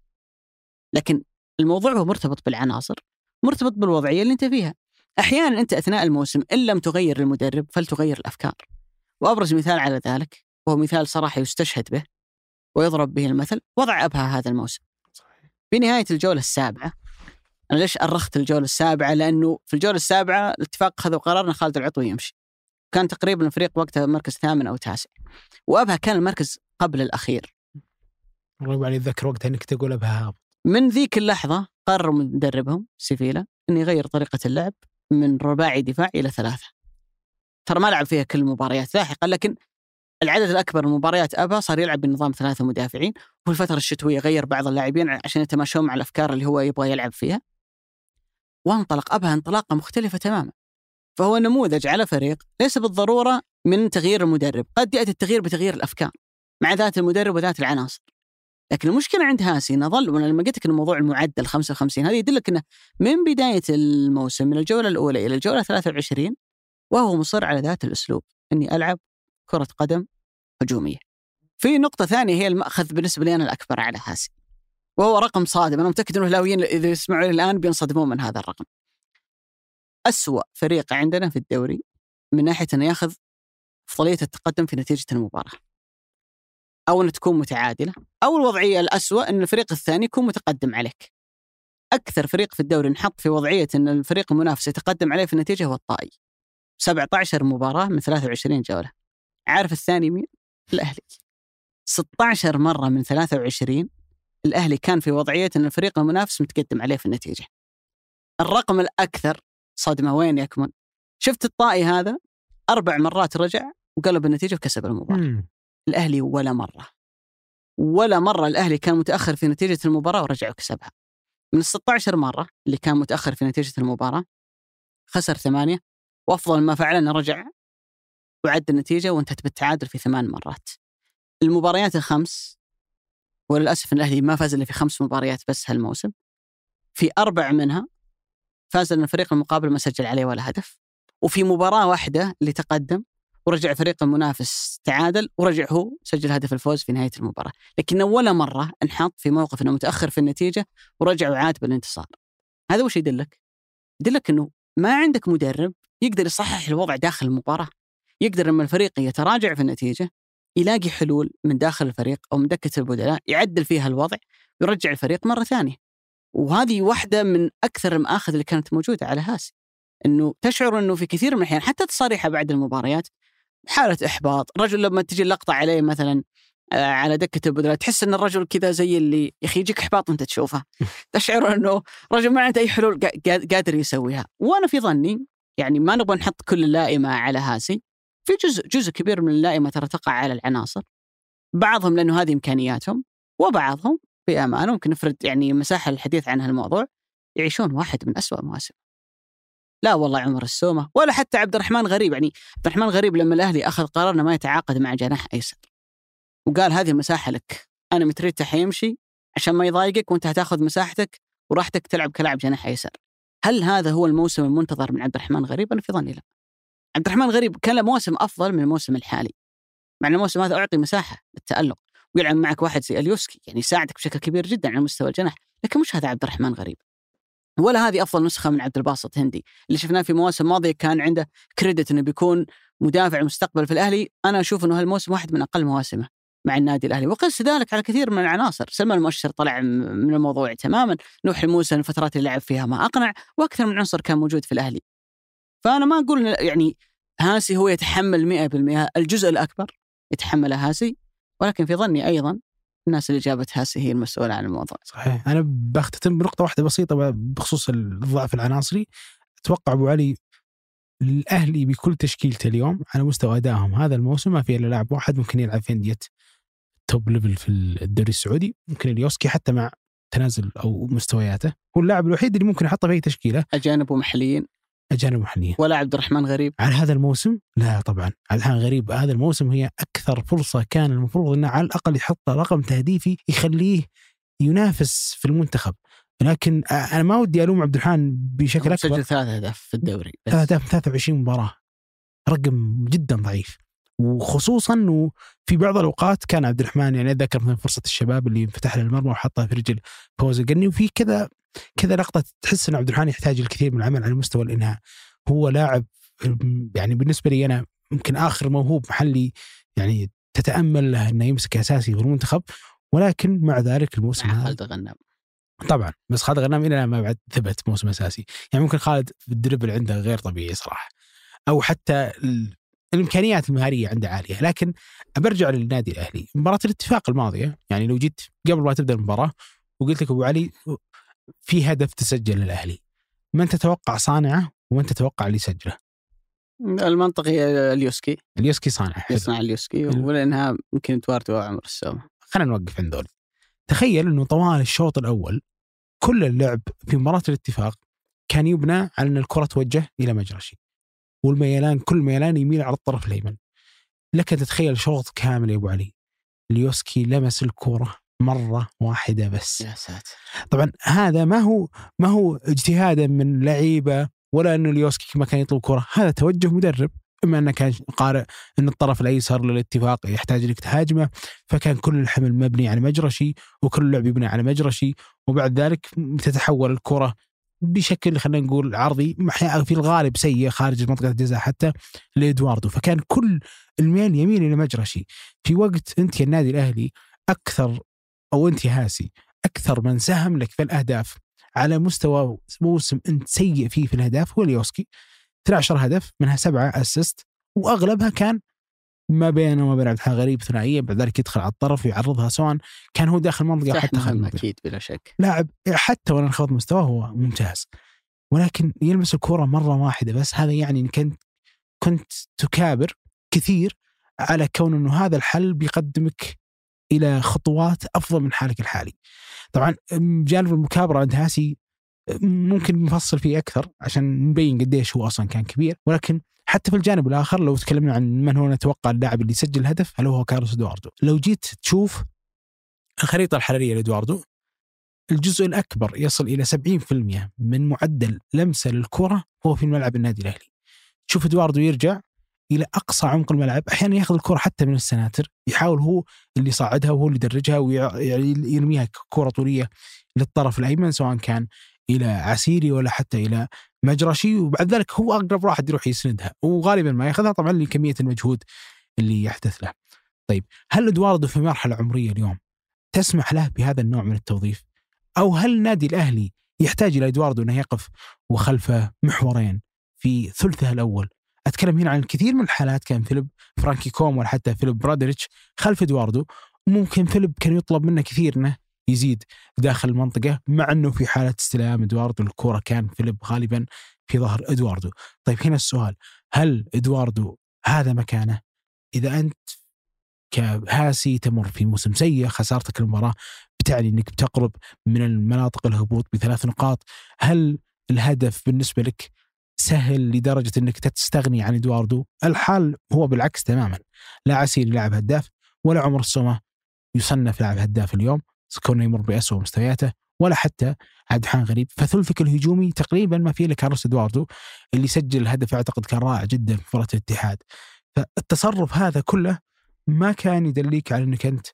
لكن الموضوع هو مرتبط بالعناصر، مرتبط بالوضعية اللي أنت فيها. أحيانا أنت أثناء الموسم إن لم تغير المدرب فلتغير الأفكار، وأبرز مثال على ذلك وهو مثال صراحة يستشهد به ويضرب به المثل، وضع أبها هذا الموسم. في نهاية الجولة السابعة، أنا ليش أرخت الجولة السابعة؟ لأنه في الجولة السابعة الاتفاق خذوا قرار أن خالد العطوي يمشي، كان تقريبا الفريق وقتها مركز 8 أو 9، وأبها كان المركز قبل الأخير. والله يعني أتذكر وقتها أنك تقول أبها. من ذيك اللحظة قرر مدربهم سيفيلا أن يغير طريقة اللعب من رباعي دفاع إلى 3. ترى ما لعب فيها كل المباريات لاحقا، لكن العدد الأكبر من المباريات أبها صار يلعب بنظام 3 مدافعين. وفي الفترة الشتوية غير بعض اللاعبين عشان يتماشون مع الأفكار اللي هو يبغى يلعب فيها، وانطلق أبها انطلاقة مختلفة تماما. فهو نموذج على فريق ليس بالضرورة من تغيير المدرب، قد يأتي التغيير بتغيير الأفكار مع ذات المدرب وذات العناصر. لكن المشكلة عند هاسي نظل، وأنا لما قلت لك إن موضوع المعدل 55 هذا يدلك إنه من بداية الموسم من الجولة الأولى إلى الجولة 23 وهو مصر على ذات الأسلوب، إني ألعب كرة قدم هجومية. في نقطة ثانية هي المأخذ بالنسبة لي أنا الأكبر على هاسي، وهو رقم صادم. أنا متأكد أنه الهلاويين إذا يسمعوا الآن بينصدمون من هذا الرقم. أسوأ فريق عندنا في الدوري من ناحية أنه يأخذ أفضلية التقدم في نتيجة المباراة، أو أن تكون متعادلة، أو الوضعية الأسوأ أن الفريق الثاني يكون متقدم عليك. أكثر فريق في الدوري نحط في وضعية أن الفريق المنافس يتقدم عليه في النتيجة هو الطائي، 17 مباراة من 23 جولة. عارف الثاني مين؟ الأهلي. 16 مرة من 23 الأهلي كان في وضعية أن الفريق المنافس متقدم عليه في النتيجة. الرقم الأكثر صدمة وين يكمن؟ شفت الطائي هذا 4 مرات رجع وقلب النتيجة وكسب المباراة. الأهلي ولا مرة الأهلي كان متأخر في نتيجة المباراة ورجع وكسبها. من 16 مرة اللي كان متأخر في نتيجة المباراة خسر 8، وأفضل ما فعل أنه رجع وعد النتيجة وانتهت بالتعادل في 8 مرات. المباريات ال5، وللأسف الأهلي ما فاز إلا في 5 مباريات بس هالموسم، في 4 منها فاز لأن الفريق المقابل ما سجل عليه ولا هدف، وفي مباراة واحدة اللي تقدم ورجع فريق المنافس تعادل ورجع هو سجل هدف الفوز في نهاية المباراة. لكن ولا مرة انحط في موقف أنه متأخر في النتيجة ورجع وعاد بالانتصار. هذا وش يدلك؟ يدلك أنه ما عندك مدرب يقدر يصحح الوضع داخل المباراة، يقدر لما الفريق يتراجع في النتيجة يلاقي حلول من داخل الفريق أو من دكة البدلاء يعدل فيها الوضع ويرجع الفريق مرة ثانية. وهذه واحدة من أكثر المآخذ اللي كانت موجودة على هاسي، أنه تشعر أنه في كثير من الأحيان حتى تصاريحه بعد المباريات حالة إحباط. رجل لما تجي اللقطة عليه مثلا على دكة البدلاء تحس أن الرجل كذا زي اللي يخي يجيك إحباط وأنت تشوفه، تشعر أنه رجل ما عنده أي حلول قادر يسويها. وأنا في ظني يعني ما نبغى نحط كل اللائمة على هاسي، في جزء كبير من اللائمة ترى تقع على العناصر، بعضهم لأنه هذه إمكانياتهم، وبعضهم بأمانة ممكن نفرد يعني مساحة للحديث عن هالموضوع يعيشون واحد من أسوأ مواسم. لا والله عمر السومة ولا حتى عبد الرحمن غريب. يعني عبد الرحمن غريب لما الأهلي أخذ قرار إنه ما يتعاقد مع جناح أيسر وقال هذه مساحة لك، أنا متريته حيمشي عشان ما يضايقك وأنت هتاخذ مساحتك وراحتك تلعب كلاعب جناح أيسر. هل هذا هو الموسم المنتظر من عبد الرحمن غريب؟ أنا في ظني لا. عبد الرحمن غريب كان له موسم أفضل من الموسم الحالي، مع الموسم هذا أعطي مساحة للتألق ويلعب معك واحد زي اليوسكي يعني يساعدك بشكل كبير جدا على مستوى الجناح، لكن مش هذا عبد الرحمن غريب، ولا هذه أفضل نسخة من عبد الباسط هندي اللي شفناه في مواسم ماضية كان عنده كريدت إنه بيكون مدافع المستقبل في الأهلي. أنا أشوف إنه هالموسم واحد من أقل مواسمه مع النادي الأهلي، وقس ذلك على كثير من العناصر. سلمان المؤشر طلع من الموضوع تماما، نوح الموسى الفترات اللي لعب فيها ما أقنع، وأكثر من عنصر كان موجود في الأهلي. فأنا ما أقول يعني هاسي هو يتحمل 100%، الجزء الأكبر يتحمله هاسي، ولكن في ظني أيضا الناس اللي جابت هاسي هي المسؤولة عن الموضوع. صحيح. أنا بختتم بنقطة واحدة بسيطة بخصوص الضعف العناصري. أتوقع أبو علي الأهلي بكل تشكيلته اليوم على مستوى أدائهم هذا الموسم ما فيه إلا لاعب واحد ممكن يلعب في أندية توب ليفل في الدوري السعودي، ممكن اليوسكي حتى مع تنازل أو مستوياته هو اللاعب الوحيد اللي ممكن يحطه في أي تشكيلة. أجانب ومحليين. ولا عبد الرحمن غريب على هذا الموسم؟ لا طبعا. عبد الرحمن غريب هذا الموسم هي أكثر فرصة كان المفروض أنه على الأقل يحط رقم تهديفي يخليه ينافس في المنتخب، لكن أنا ما ودي ألوم عبد الرحمن بشكل أكبر. سجل 3 أهداف في الدوري، 3 أهداف من 23 مباراة، رقم جدا ضعيف. وخصوصا أنه في بعض الأوقات كان عبد الرحمن يعني أذكر من فرصة الشباب اللي فتح المرمى وحطها في رجل فوز القني، وفي كذا لقطة تحس أن عبد الرحمن يحتاج الكثير من العمل على مستوى الإنهاء. هو لاعب يعني بالنسبة لي أنا ممكن آخر موهوب محلي يعني تتأمل له أنه يمسك أساسي في المنتخب، ولكن مع ذلك الموسم خالد غنام طبعا، بس خالد غنام إلى ما بعد ثبت موسم أساسي. يعني ممكن خالد الدربل عنده غير طبيعي صراحة، أو حتى الإمكانيات المهارية عنده عالية. لكن أبرجع للنادي الأهلي مباراة الاتفاق الماضية، يعني لو جيت قبل ما تبدأ المباراة وقلت لك أبو علي في هدف تسجل للأهلي، من تتوقع صانعه ومن تتوقع اللي سجله؟ المنطقي اليوسكي صانع، يصنع اليوسكي، ولأنها ممكن تواردوا عمر السومة. خلينا نوقف عند ذول. تخيل أنه طوال الشوط الأول كل اللعب في مباراة الاتفاق كان يبنى على أن الكرة توجه إلى مجرشي، والميلان كل ميلان يميل على الطرف الأيمن. لك تتخيل شوط كامل يا أبو علي اليوسكي لمس الكرة مرة واحدة بس. يا ساتر. طبعا هذا ما هو اجتهادا من لعيبة ولا أنه اليوسكي ما كان يطلب كرة، هذا توجه مدرب. إما أنه كان قارئ أن الطرف الأيسر للاتفاق يحتاج لك تهاجمه، فكان كل الحمل مبني على مجرشي وكل اللعب يبني على مجرشي، وبعد ذلك تتحول الكرة بشكل خلينا نقول عرضي في الغالب سيء خارج منطقة الجزاء حتى لإدواردو، فكان كل الميل يميل إلى مجرشي. في وقت أنت يا النادي الأهلي أكثر أو أنت هاسي أكثر من ساهم لك في الأهداف على مستوى موسم أنت سيء فيه في الأهداف هو اليوسكي، 13 هدف منها 7 أسيست، وأغلبها كان ما بينه وما بين عبد الرحمن غريب ثنائية، بعد ذلك يدخل على الطرف ويعرضها سواء كان هو داخل المنطقة حتى خارج أكيد بلا شك لاعب حتى ولا انخفض مستواه هو ممتاز، ولكن يلمس الكرة مرة واحدة بس. هذا يعني إن كنت تكابر كثير على كون أنه هذا الحل بيقدمك إلى خطوات أفضل من حالك الحالي. طبعا جانب المكابرة عند هاسي ممكن نفصل فيه أكثر عشان نبين قديش هو أصلا كان كبير، ولكن حتى في الجانب الآخر لو تكلمنا عن من هو نتوقع اللاعب اللي سجل الهدف هل هو كارلوس إدواردو. لو جيت تشوف الخريطة الحرارية لإدواردو الجزء الأكبر يصل إلى 70% من معدل لمسة للكرة هو في الملعب النادي الأهلي. تشوف إدواردو يرجع إلى أقصى عمق الملعب، أحيانا يأخذ الكرة حتى من السناتر، يحاول هو اللي يصعدها وهو اللي يدرجها ويرميها كرة طولية للطرف الأيمن سواء كان إلى عسيري ولا حتى إلى مجرشي، وبعد ذلك هو أقرب واحد يروح يسندها وغالبا ما يأخذها طبعا لكمية المجهود اللي يحدث له. طيب هل إدواردو في مرحلة عمرية اليوم تسمح له بهذا النوع من التوظيف، أو هل النادي الأهلي يحتاج إلى إدواردو أنه يقف وخلفه محورين في ثلثه الأول؟ أتكلم هنا عن الكثير من الحالات كان فيليب فرانكي كوم ولا حتى فيليب برادريتش خلف إدواردو، ممكن فيليب كان يطلب منه كثير أنه يزيد داخل المنطقة، مع أنه في حالة استلام إدواردو الكرة كان فيليب غالبا في ظهر إدواردو. طيب هنا السؤال، هل إدواردو هذا مكانه. إذا أنت كهاسي تمر في موسم سيء، خسارتك المباراة بتعني أنك بتقرب من المناطق الهبوط ب3 نقاط. هل الهدف بالنسبة لك سهل لدرجة أنك تستغني عن إدواردو؟ الحال هو بالعكس تماما. لا عسير لاعب هداف، ولا عمر السومة يصنف لاعب هداف اليوم، كونه يمر بأسوأ مستوياته، ولا حتى عبد الحان غريب. فثلثك الهجومي تقريبا ما فيه إلا كارلوس إدواردو اللي سجل الهدف أعتقد كان رائع جدا في مباراة الاتحاد. فالتصرف هذا كله ما كان يدليك على أنك أنت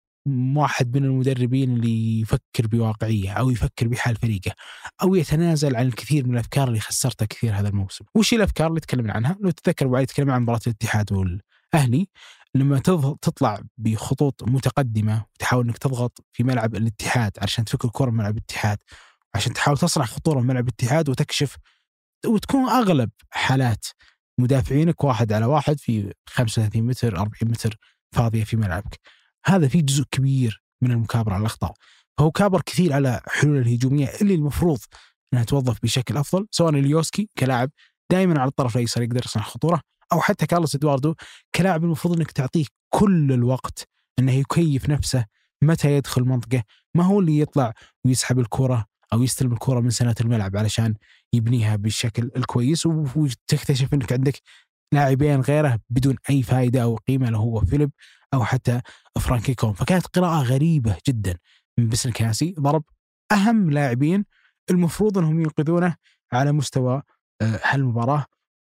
واحد من المدربين اللي يفكر بواقعية أو يفكر بحال فريقه أو يتنازل عن الكثير من الأفكار اللي خسرتها كثير هذا الموسم. وش الأفكار اللي تكلمنا عنها؟ لو تتذكر وعلي تكلم عن مباراة الاتحاد والأهلي، لما تطلع بخطوط متقدمة وتحاول أنك تضغط في ملعب الاتحاد عشان تفك الكرة من ملعب الاتحاد، عشان تحاول تصنع خطورة من ملعب الاتحاد وتكشف، وتكون أغلب حالات مدافعينك 1 على 1 في 35 متر 40 متر فاضية في ملعبك. هذا فيه جزء كبير من المكابرة على الأخطاء. فهو كابر كثير على حلول الهجومية اللي المفروض أنها توظف بشكل أفضل، سواء اليوسكي كلاعب دائما على الطرف الأيسر يقدر يصنع خطورة، أو حتى كارلوس إدواردو كلاعب المفروض أنك تعطيه كل الوقت أنه يكيف نفسه متى يدخل منطقة، ما هو اللي يطلع ويسحب الكرة أو يستلم الكرة من سنة الملعب علشان يبنيها بالشكل الكويس، وتكتشف أنك عندك لاعبين غيره بدون أي فائدة أو قيمة، له هو فيليب أو حتى فرانكي كون. فكانت قراءة غريبة جدا من باسل كاسي، ضرب أهم لاعبين المفروض أنهم ينقذونه على مستوى هالمباراة.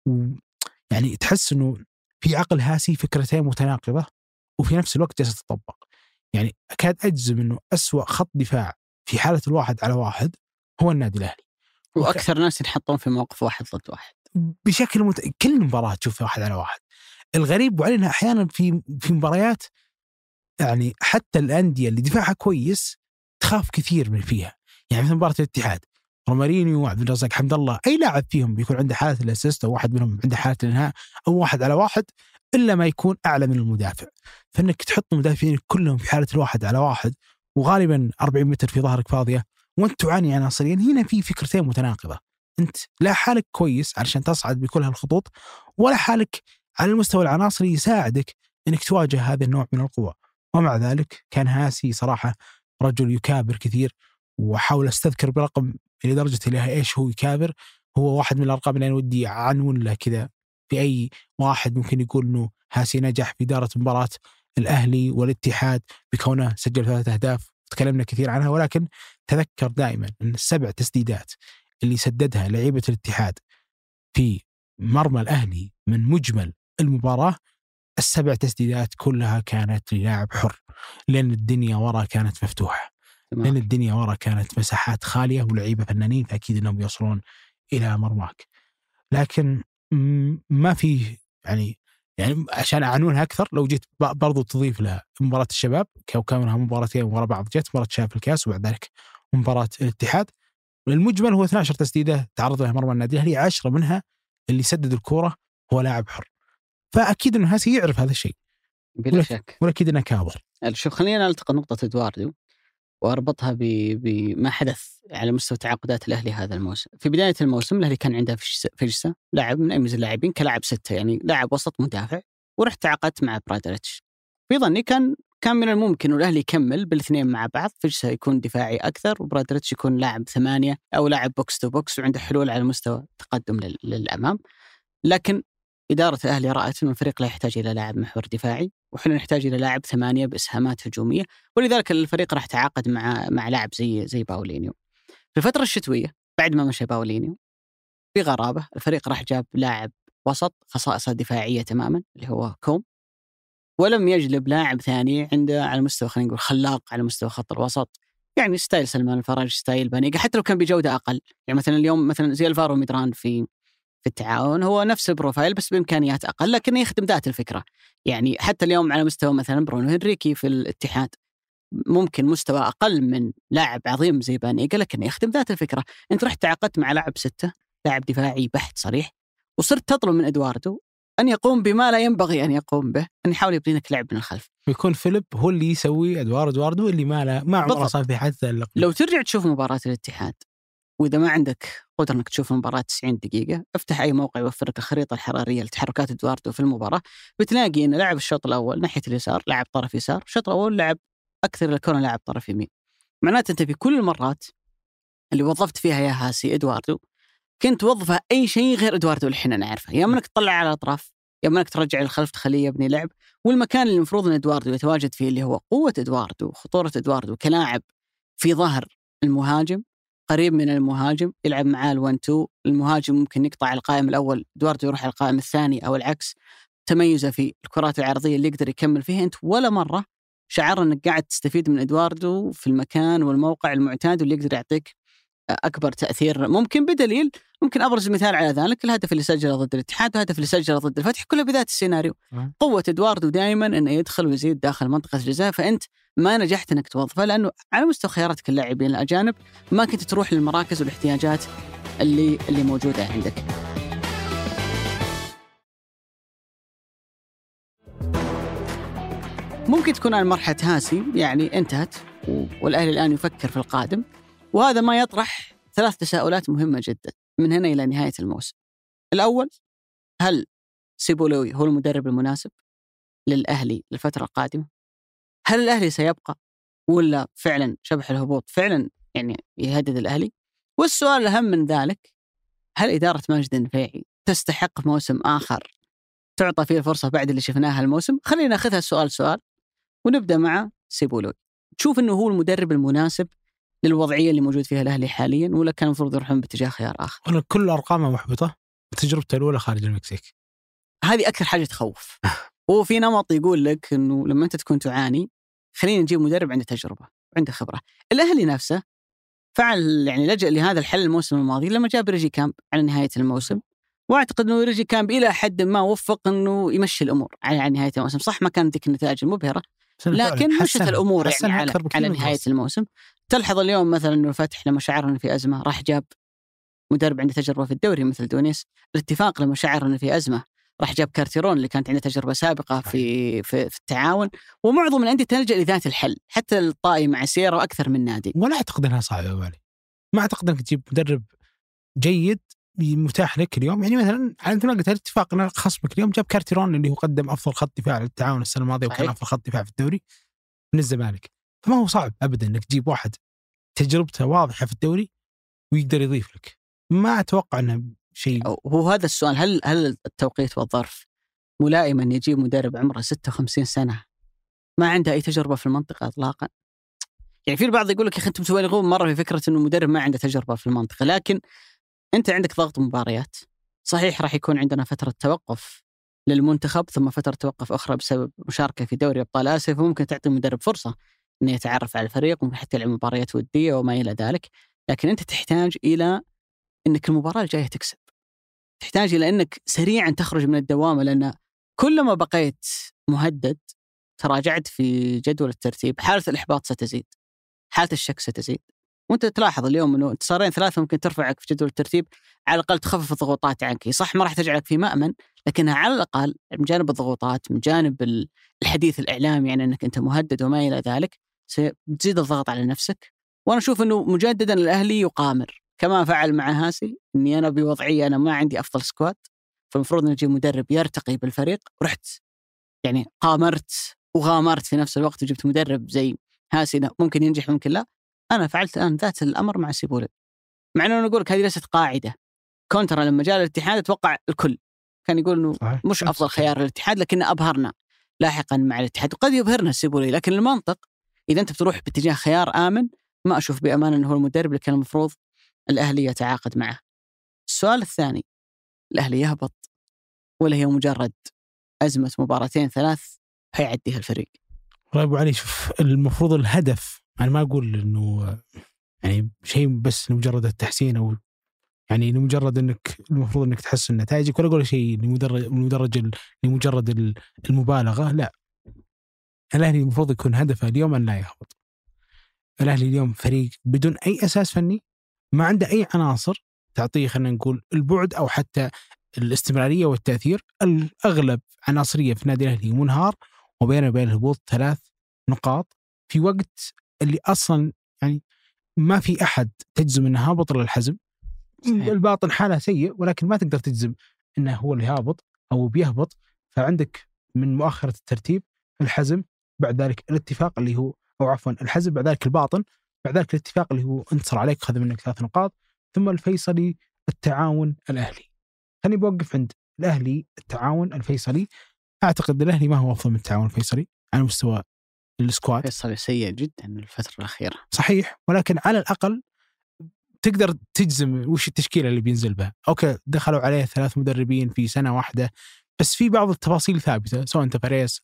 يعني تحس أنه في عقل هاسي فكرتين متناقضة وفي نفس الوقت جالسة تطبق. يعني أكاد أجزم أنه أسوأ خط دفاع في حالة 1 على 1 هو النادي الأهلي، وأكثر ناس ينحطون في موقف 1 ضد 1 بشكل كل مباراة تشوف 1 على 1. الغريب وعلينا أحيانا في مباريات يعني حتى الأندية اللي دفاعها كويس تخاف كثير من فيها. يعني مثل مباراة الاتحاد، رومارينيو وعبد الرزاق حمد الله، أي لاعب فيهم بيكون عنده حالة الأسيست أو واحد منهم عنده حالة الإنهاء أو 1 على 1 إلا ما يكون أعلى من المدافع. فإنك تحط مدافعين كلهم في حالة 1 على 1 وغالبا 40 متر في ظهرك فاضية وأنت تعاني عناصريا، هنا في فكرتين متناقضة. أنت لا حالك كويس علشان تصعد بكل هالخطوط، ولا حالك على المستوى العناصري يساعدك أنك تواجه هذا النوع من القوة. ومع ذلك كان هاسي صراحة رجل يكابر كثير، وحاول أستذكر برقم لدرجة لها إيش هو يكابر. هو واحد من الأرقام اللي أنا ودي عنون له كذا في أي واحد ممكن يقول إنه هاسي نجح في إدارة مباراة الأهلي والاتحاد بكونه سجل 3 أهداف. تكلمنا كثير عنها، ولكن تذكر دائما أن 7 تسديدات اللي سددها لعيبة الاتحاد في مرمى الأهلي من مجمل المباراة، 7 تسديدات كلها كانت للاعب حر، لأن الدنيا ورا كانت مفتوحة، لأن الدنيا ورا كانت مساحات خالية ولعيبة فنانين، فأكيد أنهم يوصلون إلى مرماك. لكن ما في يعني عشان أعنونها أكثر، لو جيت برضو تضيف لها مباراة الشباب كونها مباراتين ورا بعض، جت مباراة الشباب في الكاس وبعد ذلك مباراة الاتحاد، المجمل هو 12 تسديدة تعرض لها مرمى النادي الأهلي، 10 منها اللي سدد الكرة هو لاعب حر. فأكيد أنه هاسي يعرف هذا الشيء بلا شك، ولكن أنه كابر. شوف خلينا نلتقط نقطة إدواردو وأربطها بما حدث على مستوى تعاقدات الأهلي هذا الموسم. في بداية الموسم الأهلي كان عنده فيجسا لاعب من أميز اللاعبين كلاعب 6، يعني لاعب وسط مدافع، ورحت تعاقدت مع برادريتش. في ظني كان من الممكن الأهلي يكمل بالاثنين مع بعض، فيجسا يكون دفاعي أكثر وبرادريتش يكون لاعب 8 أو لاعب بوكس تو بوكس وعنده حلول على مستوى تقدم للأمام. لكن إدارة الأهلي رأت أن الفريق لا يحتاج إلى لاعب محور دفاعي، وحنا نحتاج إلى لاعب 8 بإسهامات هجومية، ولذلك الفريق راح تعاقد مع لاعب زي باولينيو. في الفترة الشتوية بعد ما مشى باولينيو بغرابة الفريق راح جاب لاعب وسط خصائصه دفاعية تماما اللي هو كوم، ولم يجلب لاعب ثاني عنده على مستوى خلينا نقول خلاق على مستوى خط الوسط، يعني ستايل سلمان الفرج، ستايل بانيجا، حتى لو كان بجودة أقل. يعني مثلا اليوم مثلا زي الفارو ميدران في التعاون هو نفس البروفايل بس بإمكانيات أقل، لكنه يخدم ذات الفكرة. يعني حتى اليوم على مستوى مثلا برونو هنريكي في الاتحاد ممكن مستوى أقل من لاعب عظيم زي بانيجا، لكن يخدم ذات الفكرة. أنت رحت تعاقدت مع لاعب 6، لاعب دفاعي بحت صريح، وصرت تطلب من إدواردو أن يقوم بما لا ينبغي أن يقوم به، أن يحاول يبني لك لعب من الخلف. ويكون فيليب هو اللي يسوي إدواردو اللي ما عمره صار في حتى. لو ترجع تشوف مباراة الاتحاد وإذا ما عندك قدرة أنك تشوف المباراة 90 دقيقة، افتح أي موقع يوفر لك الخريطة الحرارية لتحركات إدواردو في المباراة، بتلاقي أن لعب الشوط الأول ناحية اليسار لعب طرف يسار، الشوط الأول لعب أكثر لكونه لعب طرف يمين. معناته أنت في كل المرات اللي وظفت فيها يا هاسي إدواردو كنت توظفها أي شيء غير إدواردو اللي حنا نعرفه، يا منك تطلع على الأطراف، يا منك ترجع للخلف تخليه يبني لعب. والمكان اللي المفروض أن إدواردو يتواجد فيه اللي هو قوة إدواردو وخطورة إدواردو كلاعب في ظهر المهاجم، قريب من المهاجم، يلعب معاه ال1-2، المهاجم ممكن يقطع القائم الأول، إدواردو يروح على القائم الثاني أو العكس. تميزه في الكرات العرضية اللي يقدر يكمل فيها. أنت ولا مرة شعر أنك قاعد تستفيد من إدواردو في المكان والموقع المعتاد واللي يقدر يعطيك أكبر تأثير ممكن. بدليل ممكن أبرز مثال على ذلك الهدف اللي سجله ضد الاتحاد والهدف اللي سجله ضد الفتح، كله بذات السيناريو. قوة إدواردو دائما أنه يدخل ويزيد داخل منطقة الجزاء، فأنت ما نجحت أنك توظفه لأنه على مستوى خياراتك اللاعبين الأجانب ما كنت تروح للمراكز والاحتياجات اللي موجودة عندك. ممكن تكون على مرحلة هاسي يعني انتهت والأهلي الآن يفكر في القادم، وهذا ما يطرح 3 تساؤلات مهمة جدا من هنا إلى نهاية الموسم. الأول، هل سيبولوي هو المدرب المناسب للأهلي للفترة القادمة؟ هل الأهلي سيبقى ولا فعلا شبح الهبوط فعلا يعني يهدد الأهلي؟ والسؤال الأهم من ذلك، هل إدارة ماجد النفيعي تستحق موسم آخر تعطى فيه الفرصة بعد اللي شفناها الموسم؟ خلينا ناخذها سؤال ونبدأ مع سيبولوي. تشوف أنه هو المدرب المناسب للوضعية اللي موجود فيها الأهلي حاليا، ولا كان المفروض يروحون باتجاه خيار آخر؟ أنا كل أرقامه محبطة، تجربته الأولى خارج المكسيك هذه أكثر حاجة تخوف. وفي نمط يقول لك أنه لما أنت تكون تعاني خلينا نجيب مدرب عنده تجربة وعنده خبرة. الأهلي نفسه فعل يعني لجأ لهذا الحل الموسم الماضي لما جاب ريجي كامب على نهاية الموسم، واعتقد انه ريجي كامب الى حد ما وفق انه يمشي الامور على نهايه الموسم. صح ما كانت ذيك النتائج المبهره، لكن مشت الامور يعني على نهايه الموسم. تلحظ اليوم مثلا انه الفتح لما شعر انه في ازمه راح جاب مدرب عنده تجربه في الدوري مثل دونيس. الاتفاق لما شعر انه في ازمه راح جاب كارتيرون اللي كانت عنده تجربه سابقه في التعاون. ومعظم الانديه تلجأ لذات الحل، حتى الطائي مع سيارة واكثر من نادي. ولا اعتقد انها صعبه بالي، ما اعتقد انك تجيب مدرب جيد متاح لك اليوم. يعني مثلا على مثل ما قلت الاتفاق ان خصمك اليوم جاب كارتيرون اللي هو قدم افضل خط دفاع للتعاون السنه الماضيه وكان افضل خط دفاع في الدوري من الزمالك. فما هو صعب ابدا انك تجيب واحد تجربته واضحه في الدوري ويقدر يضيف لك. ما اتوقع انه شيء. هو هذا السؤال، هل التوقيت والظرف ملائم ان يجيب مدرب عمره 56 سنه ما عنده اي تجربه في المنطقه اطلاقا؟ يعني في البعض يقول لك يا اخي انتم تبالغون مره في فكره انه مدرب ما عنده تجربه في المنطقه، لكن انت عندك ضغط مباريات. صحيح راح يكون عندنا فتره توقف للمنتخب ثم فتره توقف اخرى بسبب مشاركه في دوري ابطال اسيا، فممكن تعطي المدرب فرصه انه يتعرف على الفريق، ممكن حتى يلعب مباريات وديه وما الى ذلك. لكن انت تحتاج الى انك المباراه الجايه تكسب، تحتاج الى انك سريعا تخرج من الدوامه، لان كلما بقيت مهدد تراجعت في جدول الترتيب حاله الاحباط ستزيد، حاله الشك ستزيد. وانت تلاحظ اليوم انه انتصارين 3 ممكن ترفعك في جدول الترتيب، على الاقل تخفف الضغوطات عنك. صح ما راح تجعلك في مأمن، لكنها على الاقل من جانب الضغوطات، من جانب الحديث الاعلامي يعني انك انت مهدد وما الى ذلك، ستزيد الضغط على نفسك. وانا اشوف انه مجددا الاهلي يقامر كما فعل مع هاسي، اني انا بوضعيه انا ما عندي افضل سكواد، فالمفروض ان نجيب مدرب يرتقي بالفريق. رحت يعني قامرت وغامرت في نفس الوقت وجبت مدرب زي هاسي ممكن ينجح ممكن لا. أنا فعلت الآن ذات الأمر مع سيبولي، مع أنه نقول لك هذه ليست قاعدة. كونترا لما جاء الاتحاد أتوقع الكل كان يقول إنه مش أفضل خيار للاتحاد، لكن أبهرنا لاحقا مع الاتحاد وقد يبهرنا سيبولي. لكن المنطق إذا أنت بتروح باتجاه خيار آمن، ما أشوف بأمانة أنه هو المدرب اللي كان المفروض الأهلي يتعاقد معه. السؤال الثاني، الأهلي يهبط ولا هي مجرد أزمة 2-3 هيعديها الفريق؟ طيب أبو علي، شوف المفروض الهدف، أنا ما أقول إنه يعني شيء بس لمجرد التحسين أو يعني لمجرد إنك المفروض إنك تحسن نتائجك، ولا أقول شيء لمجرد المبالغة. لا، الأهلي المفروض يكون هدفه اليوم أن لا يهبط. الأهلي اليوم فريق بدون أي أساس فني، ما عنده أي عناصر تعطيه خلينا نقول البعد أو حتى الاستمرارية والتأثير. الأغلب عناصرية في نادي الأهلي منهار، وبين الهبوط 3 نقاط في وقت اللي أصلا يعني ما في أحد تجزم أنه هابط إلا الحزم. صحيح. الباطن حاله سيء ولكن ما تقدر تجزم أنه هو اللي هابط أو بيهبط. فعندك من مؤخرة الترتيب الحزم، بعد ذلك الاتفاق اللي هو، أو عفوا الحزم، بعد ذلك الباطن، بعد ذلك الاتفاق اللي هو انتصر عليك خذ منك 3 نقاط، ثم الفيصلي التعاون الأهلي. خليني بوقف عند الأهلي التعاون الفيصلي. أعتقد الأهلي ما هو أفضل من التعاون الفيصلي على مستوى السكواد. فيصل سيء جدا الفترة الأخيرة صحيح، ولكن على الأقل تقدر تجزم وش التشكيلة اللي بينزل بها. أوكي دخلوا عليه 3 مدربين في سنة واحدة، بس في بعض التفاصيل ثابتة، سواء أنت فاريس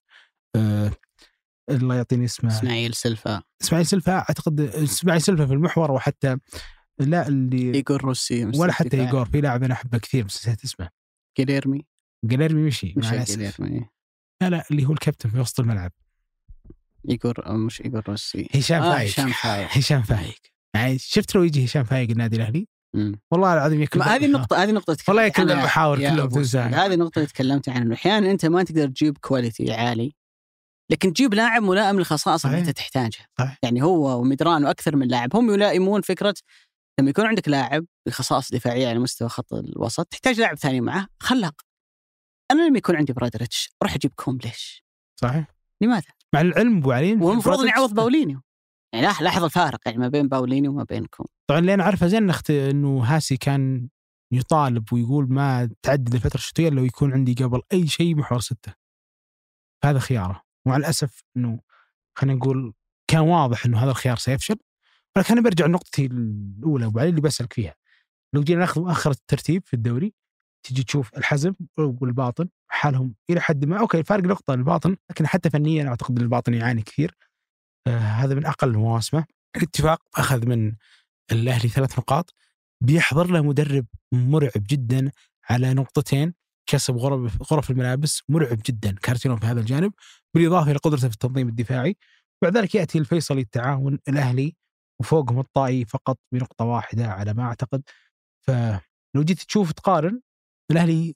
الله يعطيني اسمه إسماعيل سلفا أعتقد إسماعيل سلفا في المحور، وحتى لا اللي إيغور روسي ولا حتى إيغور، في لاعب أنا أحبه كثير بس نسيت اسمه. جيليرمي مشي جيليرمي. لا اللي هو الكابتن في وسط الملعب إيغور، أو مش إيغور روسي، هشام فايق. يعني شفت لو يجي هشام فايق النادي الأهلي والله العظيم يكلم. هذه النقطة والله يكلم المحاور كلهم تنساها. هذه النقطة اللي تكلمت عنها، أحيانا أنت ما تقدر تجيب كواليتي عالي، لكن تجيب لاعب ملائم للخصائص اللي أنت تحتاجها. يعني هو ومدران وأكثر من لاعب هم يلائمون فكرة. لما يكون عندك لاعب بخصائص دفاعية على مستوى خط الوسط تحتاج لاعب ثاني معه خلاق. أنا لما يكون عندي برادريتش أروح أجيب كوم ليش؟ صحيح. لماذا؟ مع العلم أبو علي والمفروض أن يعوض باولينيو. يعني لاحظ الفارق يعني ما بين باولينيو وما بينكم. طبعا اللي أنا عارفه زين إنه هاسي كان يطالب ويقول ما تعدد الفترة الشتوية لو يكون عندي قبل أي شيء محور 6. هذا خياره، ومع الأسف إنه خلينا نقول كان واضح إنه هذا الخيار سيفشل. ولكن أنا برجع لنقطتي الأولى أبو علي اللي بسألك فيها. لو جينا ناخذ مؤخرة الترتيب في الدوري، تجي تشوف الحزم والباطن حالهم إلى حد ما أوكي فارق نقطة الباطن، لكن حتى فنيا أعتقد الباطن يعاني كثير. هذا من أقل مواسمه. الاتفاق أخذ من الأهلي 3 نقاط، بيحضر له مدرب مرعب جدا على نقطتين، كسب غرف الملابس مرعب جدا كارتيرون في هذا الجانب، بالإضافة إلى قدرته في التنظيم الدفاعي. بعد ذلك يأتي الفيصلي التعاون الأهلي، وفوقهم الطائي فقط بنقطة واحدة على ما أعتقد. فلو جيت تشوف تقارن، الأهلي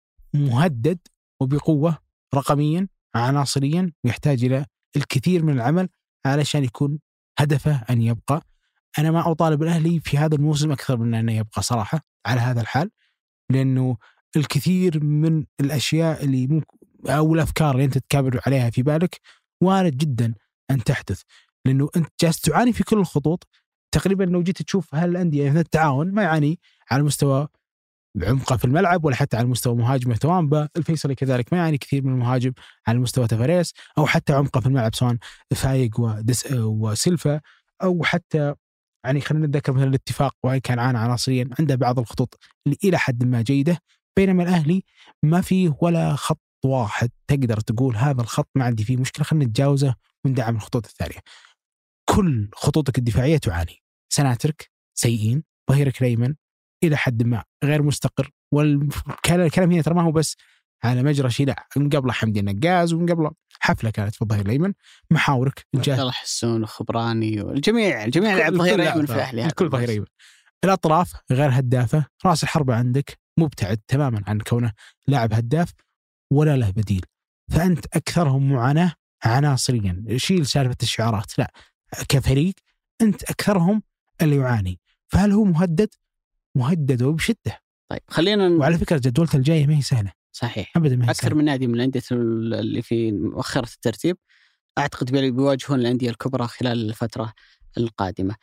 مهدد وبقوة رقميا عناصريا، ويحتاج إلى الكثير من العمل علشان يكون هدفه أن يبقى. أنا ما أطالب الأهلي في هذا الموسم أكثر من أنه يبقى صراحة على هذا الحال، لأنه الكثير من الأشياء اللي ممكن أو الأفكار اللي أنت تكابر عليها في بالك وارد جدا أن تحدث، لأنه أنت جالس تعاني في كل الخطوط تقريبا. لو جيت تشوف هل الأندية مثل التعاون ما يعاني على مستوى عمقه في الملعب ولا حتى على مستوى مهاجمه توامبا، الفيصلي كذلك ما يعاني كثير من المهاجم على مستوى تفاريس، أو حتى عمقه في الملعب سواء فايق وسلفا، أو حتى يعني خلينا نتذكر مثلا الاتفاق وإن كان عانى عناصريا عنده بعض الخطوط اللي إلى حد ما جيدة، بينما الأهلي ما فيه ولا خط واحد تقدر تقول هذا الخط ما عندي فيه مشكلة خلينا نتجاوزه وندعم الخطوط الثانية. كل خطوطك الدفاعية تعاني، سناترك سيئين، ظهيرك الأيمن إلى حد ما غير مستقر، والكلام هنا ترى ما هو بس على مجرى شيء، لا من قبل حمدي النقاز ومن قبل حفلة كانت في الظهير الأيمن، محاورك الله حسون وخبراني والجميع لعب ظهير أيمن في أهلي، الكل ظهير أيمن. الأطراف غير هدافة، رأس الحربة عندك مبتعد تماما عن كونه لاعب هداف ولا له بديل، فأنت أكثرهم معاناة عناصريا. شيل سالفة الشعارات، لا كفريق أنت أكثرهم اللي يعاني. فهل هو مهدد وبشدة؟ طيب خلينا وعلى فكرة جدولته الجاية ما هي سهلة صحيح أبدا، ما هي أكثر من نادي من الأندية اللي في مؤخرة الترتيب أعتقد بيواجهون الأندية الكبرى خلال الفترة القادمة.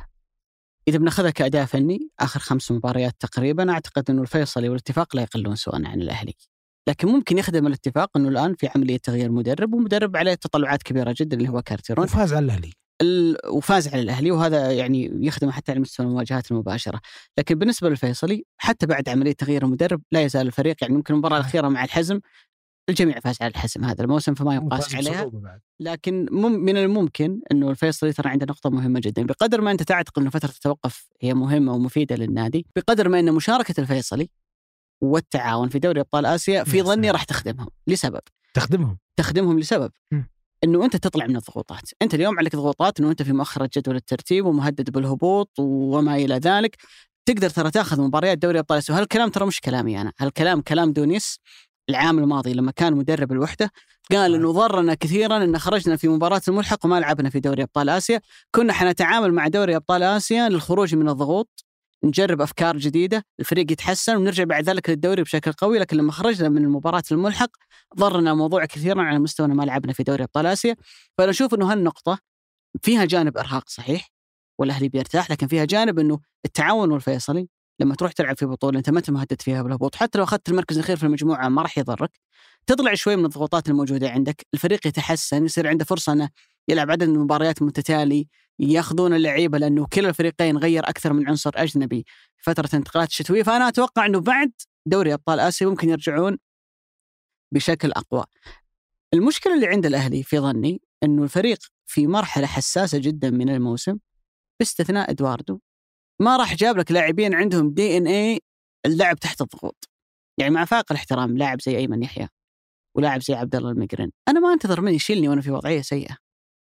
إذا بناخذها كأداء فني آخر 5 مباريات تقريبا، أعتقد أنه الفيصلي والاتفاق لا يقلون سواء عن الأهلي، لكن ممكن يخدم الاتفاق أنه الآن في عملية تغيير مدرب، ومدرب عليه تطلعات كبيرة جدا اللي هو كارتيرون، وفاز على الأهلي وفاز على الأهلي، وهذا يعني يخدم حتى على مستوى المواجهات المباشرة. لكن بالنسبة للفيصلي حتى بعد عملية تغيير المدرب لا يزال الفريق، يعني ممكن المباراة الأخيرة مع الحزم الجميع فاز على الحزم هذا الموسم فما يقاس عليها، لكن من الممكن أنه الفيصلي ترى عنده نقطة مهمة جدا. بقدر ما أنت تعتقد أن فترة التوقف هي مهمة ومفيدة للنادي، بقدر ما أن مشاركة الفيصلي والتعاون في دوري أبطال آسيا في ظني راح تخدمهم لسبب. تخدمهم لسبب أنه أنت تطلع من الضغوطات. أنت اليوم عليك ضغوطات أنه أنت في مؤخرة جدول الترتيب ومهدد بالهبوط وما إلى ذلك. تقدر ترى تأخذ مباريات دوري أبطال آسيا، وهالكلام ترى مش كلامي أنا، هالكلام كلام دونيس العام الماضي لما كان مدرب الوحدة قال إنه ضرنا كثيرا إن خرجنا في مباراة الملحق وما لعبنا في دوري أبطال آسيا. كنا حنتعامل مع دوري أبطال آسيا للخروج من الضغوط، نجرب أفكار جديدة، الفريق يتحسن ونرجع بعد ذلك للدوري بشكل قوي. لكن لما خرجنا من المباراة الملحق ضرنا موضوع كثيرا على مستوى ما لعبنا في دوري أبطال آسيا. فأنا أشوف إنه هالنقطة فيها جانب إرهاق صحيح والأهلي بيرتاح، لكن فيها جانب إنه التعاون والفيصلي لما تروح تلعب في بطولة أنت ما أنت مهدد فيها بالهبوط، حتى لو أخذت المركز الأخير في المجموعة ما راح يضرك، تطلع شوي من الضغوطات الموجودة عندك، الفريق يتحسن، يصير عنده فرصة أنه يلعب عدد من المباريات متتالي، ياخذون اللعيبة لأنه كلا الفريقين غير أكثر من عنصر أجنبي في فترة الانتقالات الشتوية. فأنا أتوقع أنه بعد دوري أبطال آسيا ممكن يرجعون بشكل أقوى. المشكلة اللي عند الأهلي في ظني أنه الفريق في مرحلة حساسة جدا من الموسم باستثناء إدواردو، ما راح جاب لك لاعبين عندهم DNA اللعب تحت الضغوط. يعني مع فاق الاحترام لاعب زي أيمن يحيى ولاعب زي عبد الله المقرن، أنا ما أنتظر مني يشيلني وأنا في وضعية سيئة،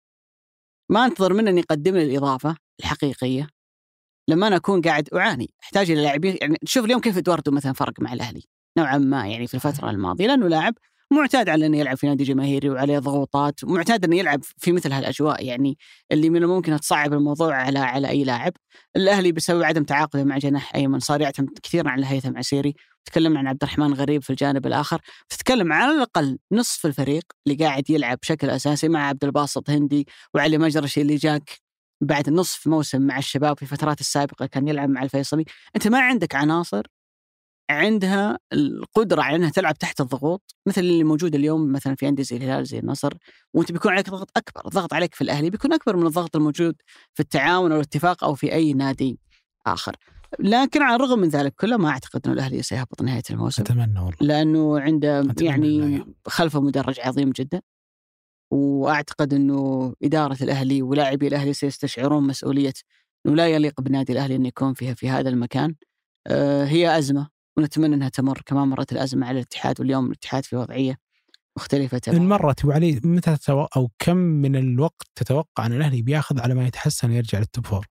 ما أنتظر مني أن يقدم لي الإضافة الحقيقية لما أنا أكون قاعد أعاني. أحتاج إلى لاعبين، يعني شوف اليوم كيف إدواردو مثلا فرق مع الأهلي نوعا ما يعني في الفترة الماضية، لأنه لاعب معتاد على أنه يلعب في نادي جماهيري وعليه ضغوطات، معتاد أنه يلعب في مثل هالأجواء يعني اللي من الممكن تصعب الموضوع على أي لاعب. الأهلي بسبب عدم تعاقده مع جناح أيمن صار يعتمد كثيرا على هيثم عسيري، تتكلم عن عبد الرحمن غريب في الجانب الآخر، تتكلم على الأقل نصف الفريق اللي قاعد يلعب بشكل أساسي مع عبد الباسط هندي وعلي مجرشي اللي جاك بعد نصف موسم مع الشباب في فترات السابقة كان يلعب مع الفيصلي. أنت ما عندك عناصر عندها القدرة على أنها تلعب تحت الضغوط مثل اللي موجود اليوم مثلا في أندية زي الهلال زي النصر، وأنت بيكون عليك ضغط أكبر. الضغط عليك في الأهلي بيكون أكبر من الضغط الموجود في التعاون أو الاتفاق أو في أي نادي آخر. لكن على الرغم من ذلك كله ما أعتقد أن الأهلي سيهبط نهاية الموسم، أتمنى والله، لأنه عنده يعني لا. خلفه مدرج عظيم جدا، وأعتقد أنه إدارة الأهلي ولاعبي الأهلي سيستشعرون مسؤولية أنه لا يليق بالنادي الأهلي أن يكون فيها في هذا المكان. هي أزمة ونتمنى أنها تمر كما مرت الأزمة على الاتحاد، واليوم الاتحاد في وضعية مختلفة تماما. إن مرت وعلي متى أو كم من الوقت تتوقع أن الأهلي بياخذ على ما يتحسن يرجع للتوب فور؟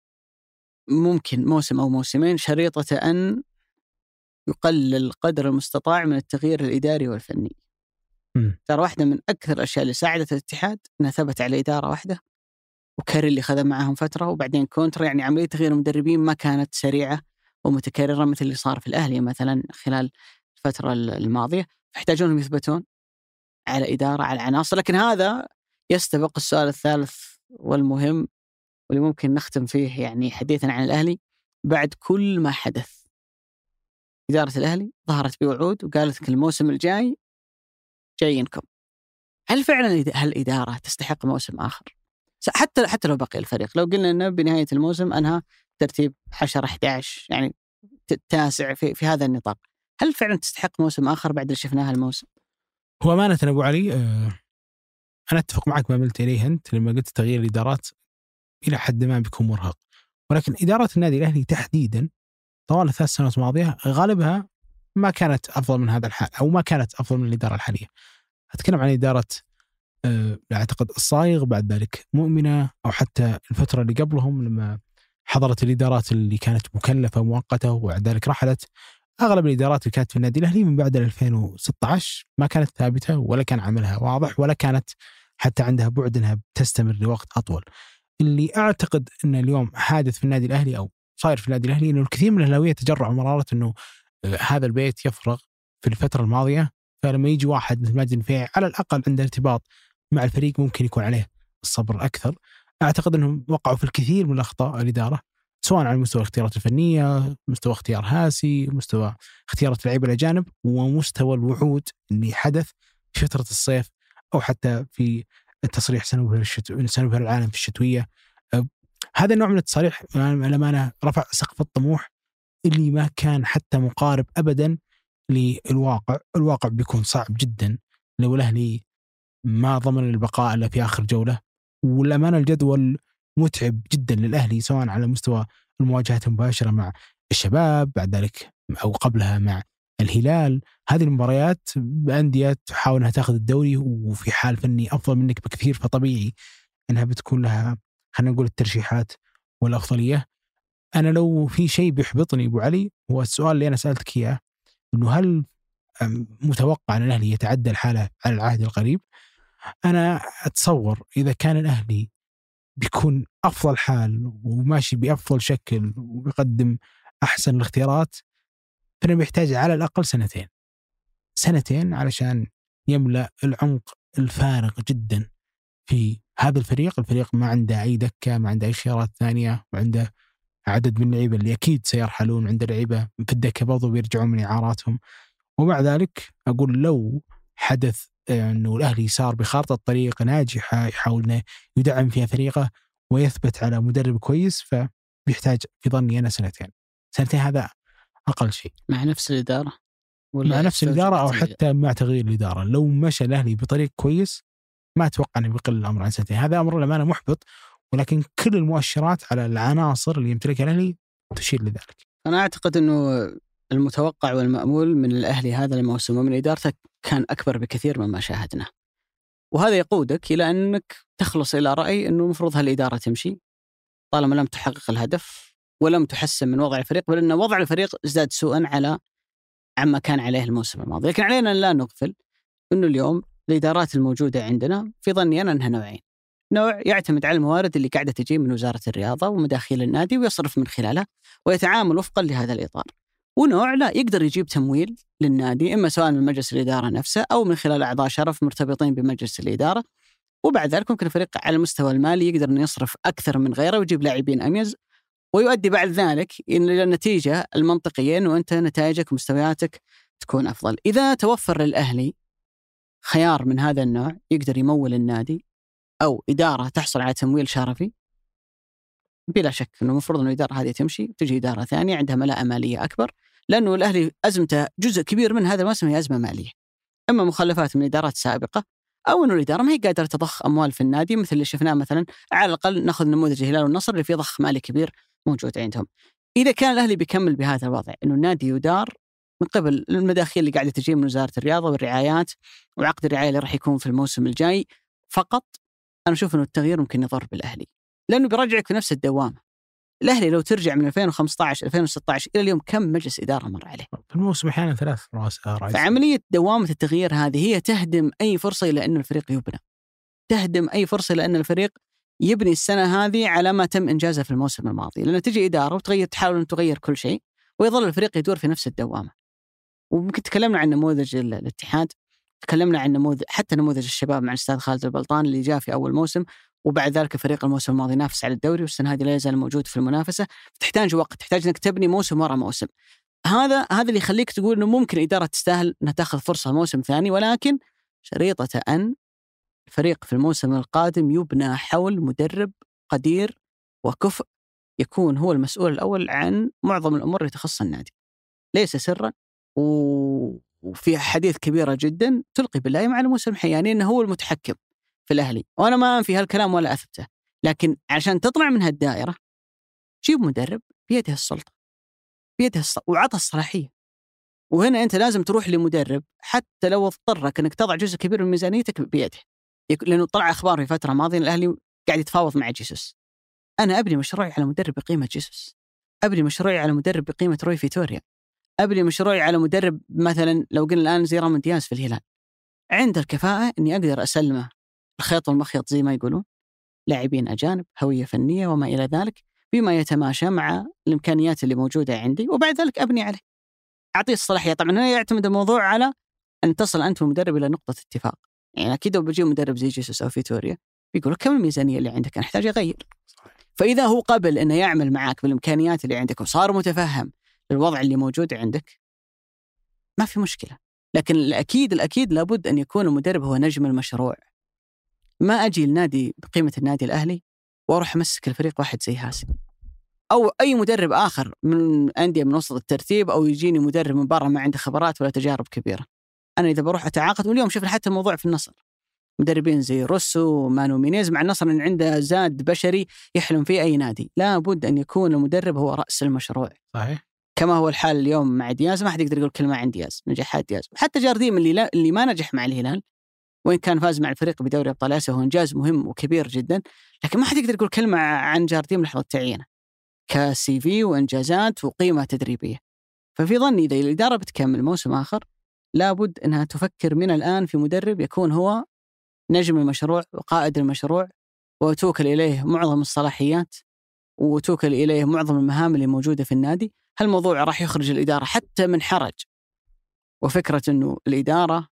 ممكن موسم أو موسمين، شريطة أن يقلل قدر المستطاع من التغيير الإداري والفني. ترى واحدة من أكثر الأشياء اللي ساعدت الاتحاد أنها ثبت على إدارة واحدة، وكاري اللي خذ معهم فترة وبعدين كونتر، يعني عملية تغيير المدربين ما كانت سريعة ومتكررة مثل اللي صار في الأهلي مثلا خلال الفترة الماضية. يحتاجونهم يثبتون على إدارة على عناصر. لكن هذا يستبق السؤال الثالث والمهم واللي ممكن نختم فيه يعني حديثا عن الأهلي. بعد كل ما حدث إدارة الأهلي ظهرت بوعود وقالت لك الموسم الجاي جايينكم. هل فعلا هالإدارة تستحق موسم آخر؟ حتى لو بقي الفريق، لو قلنا أنه بنهاية الموسم أنها ترتيب 10-11 يعني تاسع في هذا النطاق، هل فعلا تستحق موسم آخر بعد اللي شفناه الموسم؟ هو أمانة أبو علي أنا أتفق معك ما ملت إليه أنت لما قلت تغيير الإدارات إلى حد ما بيكون مرهق، ولكن إدارة النادي الأهلي تحديدا طوال 3 سنوات الماضية غالبها ما كانت أفضل من هذا الحال، أو ما كانت أفضل من الإدارة الحالية. أتكلم عن إدارة أعتقد الصايغ، بعد ذلك مؤمنة، أو حتى الفترة اللي قبلهم لما حضرت الإدارات اللي كانت مكلفة مؤقتة وبعد ذلك رحلت. أغلب الإدارات اللي كانت في النادي الأهلي من بعد 2016 ما كانت ثابتة ولا كان عملها واضح ولا كانت حتى عندها بعد أنها تستمر لوقت أطول. اللي أعتقد أن اليوم حادث في النادي الأهلي أو صاير في النادي الأهلي أنه الكثير من الأهلاوية تجرعوا مرارة أنه هذا البيت يفرغ في الفترة الماضية، فلما يجي واحد مثل ماجد النفيعي على الأقل عنده ارتباط مع الفريق ممكن يكون عليه الصبر أكثر. أعتقد أنهم وقعوا في الكثير من الأخطاء الإدارة، سواء على مستوى الاختيارات الفنية، مستوى اختيار هاسي، مستوى اختيارات اللعيبة الأجانب، ومستوى الوعود اللي حدث في فترة الصيف أو حتى في التصريح سنبهر العالم في الشتوية. هذا النوع من التصاريح لما رفع سقف الطموح اللي ما كان حتى مقارب أبدا للواقع. الواقع بيكون صعب جدا لو الأهلي ما ضمن البقاء إلا في آخر جولة، والأمانة الجدول متعب جدا للأهلي سواء على مستوى المواجهات المباشرة مع الشباب، بعد ذلك أو قبلها مع الهلال. هذه المباريات بأندية تحاول أنها تأخذ الدوري وفي حال فني أفضل منك بكثير، فطبيعي أنها بتكون لها خلينا نقول الترشيحات والأفضلية. أنا لو في شيء بيحبطني أبو علي هو السؤال اللي أنا سألتك إياه، إنه هل متوقع أن الأهلي يتعدى الحالة على العهد القريب. أنا أتصور إذا كان الأهلي بيكون أفضل حال وماشي بأفضل شكل ويقدم أحسن الاختيارات، فإنه بيحتاج على الأقل سنتين علشان يملأ العمق الفارغ جدا في هذا الفريق ما عنده أي دكة، ما عنده أي خيارات ثانية، وعنده عدد من اللعيبة اللي أكيد سيرحلون، عنده لعيبة في الدكة برضو بيرجعون من إعاراتهم. ومع ذلك أقول لو حدث أنه الأهلي صار بخارطة طريق ناجحة يحاول أنه يدعم فيها فريقه ويثبت على مدرب كويس، فبيحتاج في ظني أنا سنتين هذا أقل شيء. مع نفس الإدارة مع نفس الإدارة أو حتى مع تغيير الإدارة، لو مشى الأهلي بطريق كويس ما أتوقع أنه بيقل الأمر عن سنتين. هذا أمر للأمانة محبط، ولكن كل المؤشرات على العناصر اللي يمتلكها الأهلي تشير لذلك. أنا أعتقد أنه المتوقع والمأمول من الأهلي هذا الموسم ومن إدارته كان أكبر بكثير مما شاهدنا، وهذا يقودك إلى أنك تخلص إلى رأي أنه المفروض هالإدارة تمشي طالما لم تحقق الهدف ولم تحسن من وضع الفريق، بل أن وضع الفريق ازداد سوءا عما كان عليه الموسم الماضي. لكن علينا أن لا نغفل أنه اليوم الإدارات الموجودة عندنا في ظني أنا أنها نوعين. نوع يعتمد على الموارد اللي قاعدة تجي من وزارة الرياضة ومداخيل النادي ويصرف من خلالها ويتعامل وفقا لهذا الإطار، ونوع لا يقدر يجيب تمويل للنادي إما سواء من مجلس الإدارة نفسه أو من خلال أعضاء شرف مرتبطين بمجلس الإدارة، وبعد ذلك ممكن الفريق على المستوى المالي يقدر أن يصرف أكثر من غيره ويجيب لاعبين أميز، ويؤدي بعد ذلك إلى النتيجة المنطقية أنه أنت نتائجك ومستوياتك تكون أفضل. إذا توفر للأهلي خيار من هذا النوع يقدر يمول النادي أو إدارة تحصل على تمويل شرفي، بلا شك أنه المفروض أن الإدارة هذه تمشي وتجي إدارة ثانية عندها ملاءة مالية أكبر، لأنه الأهلي أزمته جزء كبير من هذا الموسم هي أزمة مالية، إما مخلفات من إدارات سابقة أو أنه الإدارة ما هي قادرة تضخ أموال في النادي مثل اللي شفناه مثلا. على الأقل نأخذ نموذج الهلال والنصر اللي فيه ضخ مالي كبير موجود عندهم. إذا كان الأهلي بيكمل بهذا الوضع أنه النادي يدار من قبل المداخيل اللي قاعدة تجي من وزارة الرياضة والرعايات وعقد الرعاية اللي راح يكون في الموسم الجاي فقط، أنا أشوف أنه التغيير ممكن يضر بالأهلي، لأنه بيرجعك في نفس الدوامة. الأهلي لو ترجع من 2015-2016 إلى اليوم كم مجلس إدارة مر عليه في الموسم أحيانا 3 رؤساء. فعملية دوامة التغيير هذه هي تهدم أي فرصة إلى أن الفريق يبنى، تهدم أي فرصة إلى أن الفريق يبني السنة هذه على ما تم إنجازه في الموسم الماضي، لأن تجي إدارة وتغير تحاول أن تغير كل شيء ويظل الفريق يدور في نفس الدوامة. وممكن تكلمنا عن نموذج الاتحاد، تكلمنا عن نموذج الشباب مع الأستاذ خالد البلطان اللي جاء في أول موسم وبعد ذلك فريق الموسم الماضي نافس على الدوري والسنة هذه لا يزال موجود في المنافسة. تحتاج وقت، تحتاج أنك تبني موسم وراء موسم. هذا اللي يخليك تقول إنه ممكن إدارة تستاهل أنها تأخذ فرصة موسم ثاني، ولكن شريطة أن الفريق في الموسم القادم يبنى حول مدرب قدير وكفء يكون هو المسؤول الأول عن معظم الأمور اللي تخص النادي، ليس سرا وفي حديث كبيرة جدا تلقي بالله مع الموسم الحياني أنه هو المتحكم في الأهلي، وأنا ما أنفي هالكلام ولا أثبته، لكن عشان تطلع من هالدائرة جيب مدرب بيده السلطة وعطى الصلاحية. وهنا أنت لازم تروح لمدرب حتى لو اضطرك أنك تضع جزء كبير من ميزانيتك بيده، لأنه طلع أخبار في فترة ماضية الأهلي قاعد يتفاوض مع جيسوس. أنا أبني مشروعي على مدرب بقيمة جيسوس، أبني مشروعي على مدرب بقيمة روي فيتوريا، أبني مشروعي على مدرب مثلا لو قلنا الآن زي رامون دياز في الهلال، عند الكفاءة أني أقدر أسلمه الخيط والمخيط زي ما يقولون، لاعبين أجانب، هوية فنية وما إلى ذلك بما يتماشى مع الإمكانيات اللي موجودة عندي، وبعد ذلك أبني عليه، أعطيه الصلاحية. طبعا هنا يعتمد الموضوع على أن تصل أنت والمدرب إلى نقطة اتفاق. يعني أكيد لو بيجي مدرب زي جيسوس أو فيتوريا بيقول كم الميزانية اللي عندك، أنا أحتاج أغير. فإذا هو قبل أنه يعمل معك بالإمكانيات اللي عندك وصار متفهم الوضع اللي موجود عندك ما في مشكلة. لكن الأكيد لابد أن يكون المدرب هو نجم المشروع. ما أجي النادي بقيمة النادي الأهلي وأروح أمسك الفريق واحد زي هاسم أو أي مدرب آخر من أندية من وسط الترتيب، أو يجيني مدرب من برا ما عنده خبرات ولا تجارب كبيرة. أنا إذا بروح أتعاقد، واليوم شفنا حتى الموضوع في النصر، مدربين زي روسو ومانو مينيز مع النصر أن عنده زاد بشري يحلم فيه أي نادي. لا بد أن يكون المدرب هو رأس المشروع. صحيح. كما هو الحال اليوم مع دياز، ما حد يقدر يقول كلمة عن دياز، نجاحات دياز. حتى جارديم اللي ما نجح مع الهلال وإن كان فاز مع الفريق بدوري أبطال آسيا وهو إنجاز مهم وكبير جدا، لكن ما حد يقدر يقول كلمة عن جارديم لحظة تعيينه كسي في وإنجازات وقيمة تدريبية. ففي ظني إذا الإدارة بتكمل موسم آخر لابد أنها تفكر من الآن في مدرب يكون هو نجم المشروع وقائد المشروع، وتوكل إليه معظم الصلاحيات وتوكل إليه معظم المهام اللي موجودة في النادي. هالموضوع راح يخرج الإدارة حتى من حرج، وفكرة أنه الإدارة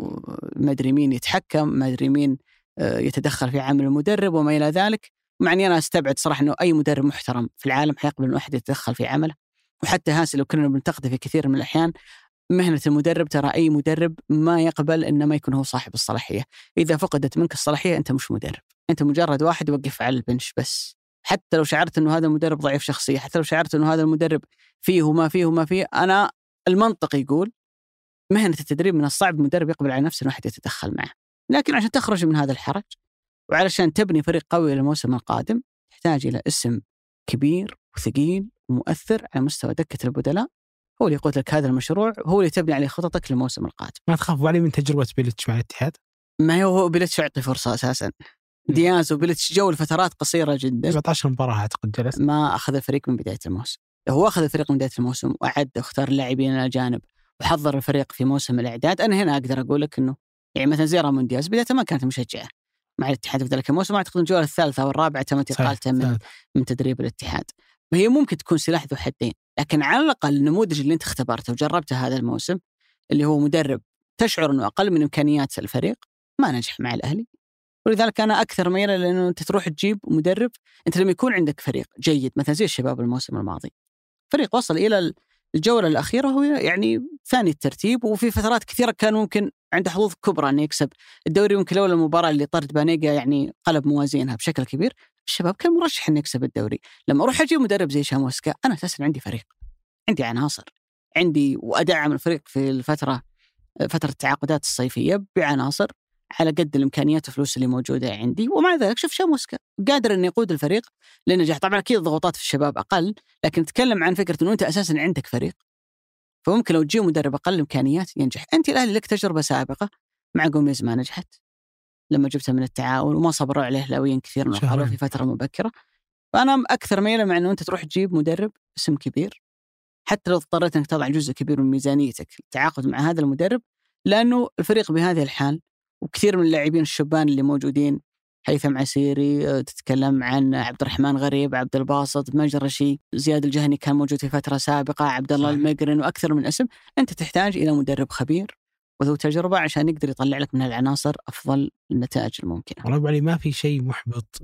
ما أدري مين يتحكم، ما أدري مين يتدخل في عمل المدرب وما إلى ذلك. معني أنا أستبعد صراحة أنه أي مدرب محترم في العالم حيقبل أنه أحد يتدخل في عمله. وحتى هاسي لو كنا بنتقده في كثير من الأحيان، مهنة المدرب ترى أي مدرب ما يقبل إن ما يكون هو صاحب الصلاحية. إذا فقدت منك الصلاحية أنت مش مدرب، أنت مجرد واحد يوقف على البنش بس. حتى لو شعرت أنه هذا المدرب ضعيف شخصية، حتى لو شعرت أنه هذا المدرب فيه وما فيه وما فيه، أنا المنطق يقول مهنة التدريب من الصعب مدرب يقبل على نفسه أنه أحد يتدخل معه. لكن عشان تخرج من هذا الحرج وعلشان تبني فريق قوي للموسم القادم، تحتاج إلى اسم كبير وثقيل ومؤثر على مستوى دكة البدلاء، هو اللي يقود لك هذا المشروع، هو اللي تبني عليه خططك للموسم القادم. ما تخاف علي من تجربة بيليتش مع الاتحاد؟ ما هو بيليتش يعطي فرصة أساسا. دياز وبيليتش جو لفترات قصيرة جدا. 17 مباراة أعتقد جلس. ما أخذ الفريق من بداية الموسم. هو أخذ الفريق من بداية الموسم وأعد واختار اللاعبين الأجانب وحضر الفريق في موسم الإعداد. أنا هنا أقدر أقول لك إنه يعني مثلا زي رامون دياز بدايته ما كانت مشجعة مع الاتحاد في ذلك الموسم، أعتقد الجولة الثالثة أو الرابعة تم انتقالته من تدريب الاتحاد. وهي ممكن تكون سلاح ذو حدين، لكن على الأقل النموذج اللي أنت اختبرته وجربته هذا الموسم اللي هو مدرب تشعر أنه أقل من إمكانيات الفريق ما نجح مع الأهلي. ولذلك أنا أكثر ميلا لأنه أنت تروح تجيب مدرب. أنت لما يكون عندك فريق جيد مثلا زي الشباب الموسم الماضي، فريق وصل إلى الجولة الأخيرة هو يعني ثاني الترتيب، وفي فترات كثيرة كان ممكن عنده حظوظ كبرى أن يكسب الدوري. ممكن لولا المباراة اللي طرد بانيجا يعني قلب موازينها بشكل كبير، الشباب كان مرشح أن يكسب الدوري. لما أروح أجيب مدرب زي شاموسكا، أنا أساسا عندي فريق، عندي عناصر، عندي وأدعم الفريق في فترة التعاقدات الصيفية بعناصر على قد الإمكانيات والفلوس اللي موجودة عندي. ومع ذلك شوف شاموسكا قادر أن يقود الفريق للنجاح. طبعا أكيد الضغوطات في الشباب أقل، لكن نتكلم عن فكرة أنه أنت أساسا عندك فريق، فممكن لو تجيب مدرب أقل إمكانيات ينجح. أنت الأهلي لك تجربة سابقة مع جوميز ما نجحت لما جبتها من التعاون، وما صبروا عليه لاويين كثير من القالوا في فترة مبكرة. فأنا أكثر ميلا مع أنه أنت تروح تجيب مدرب اسم كبير، حتى لو اضطريت أنك تضع جزء كبير من ميزانيتك التعاقد مع هذا المدرب، لأنه الفريق بهذه الحال وكثير من اللاعبين الشبان اللي موجودين، هيثم عسيري، تتكلم عن عبد الرحمن غريب، عبد الباسط، مجرشي، زياد الجهني كان موجود في فترة سابقة، عبد الله المقرن، وأكثر من اسم. أنت تحتاج إلى مدرب خبير وذو تجربة عشان يقدر يطلع لك من العناصر أفضل النتائج الممكنة. والله علي ما في شيء محبط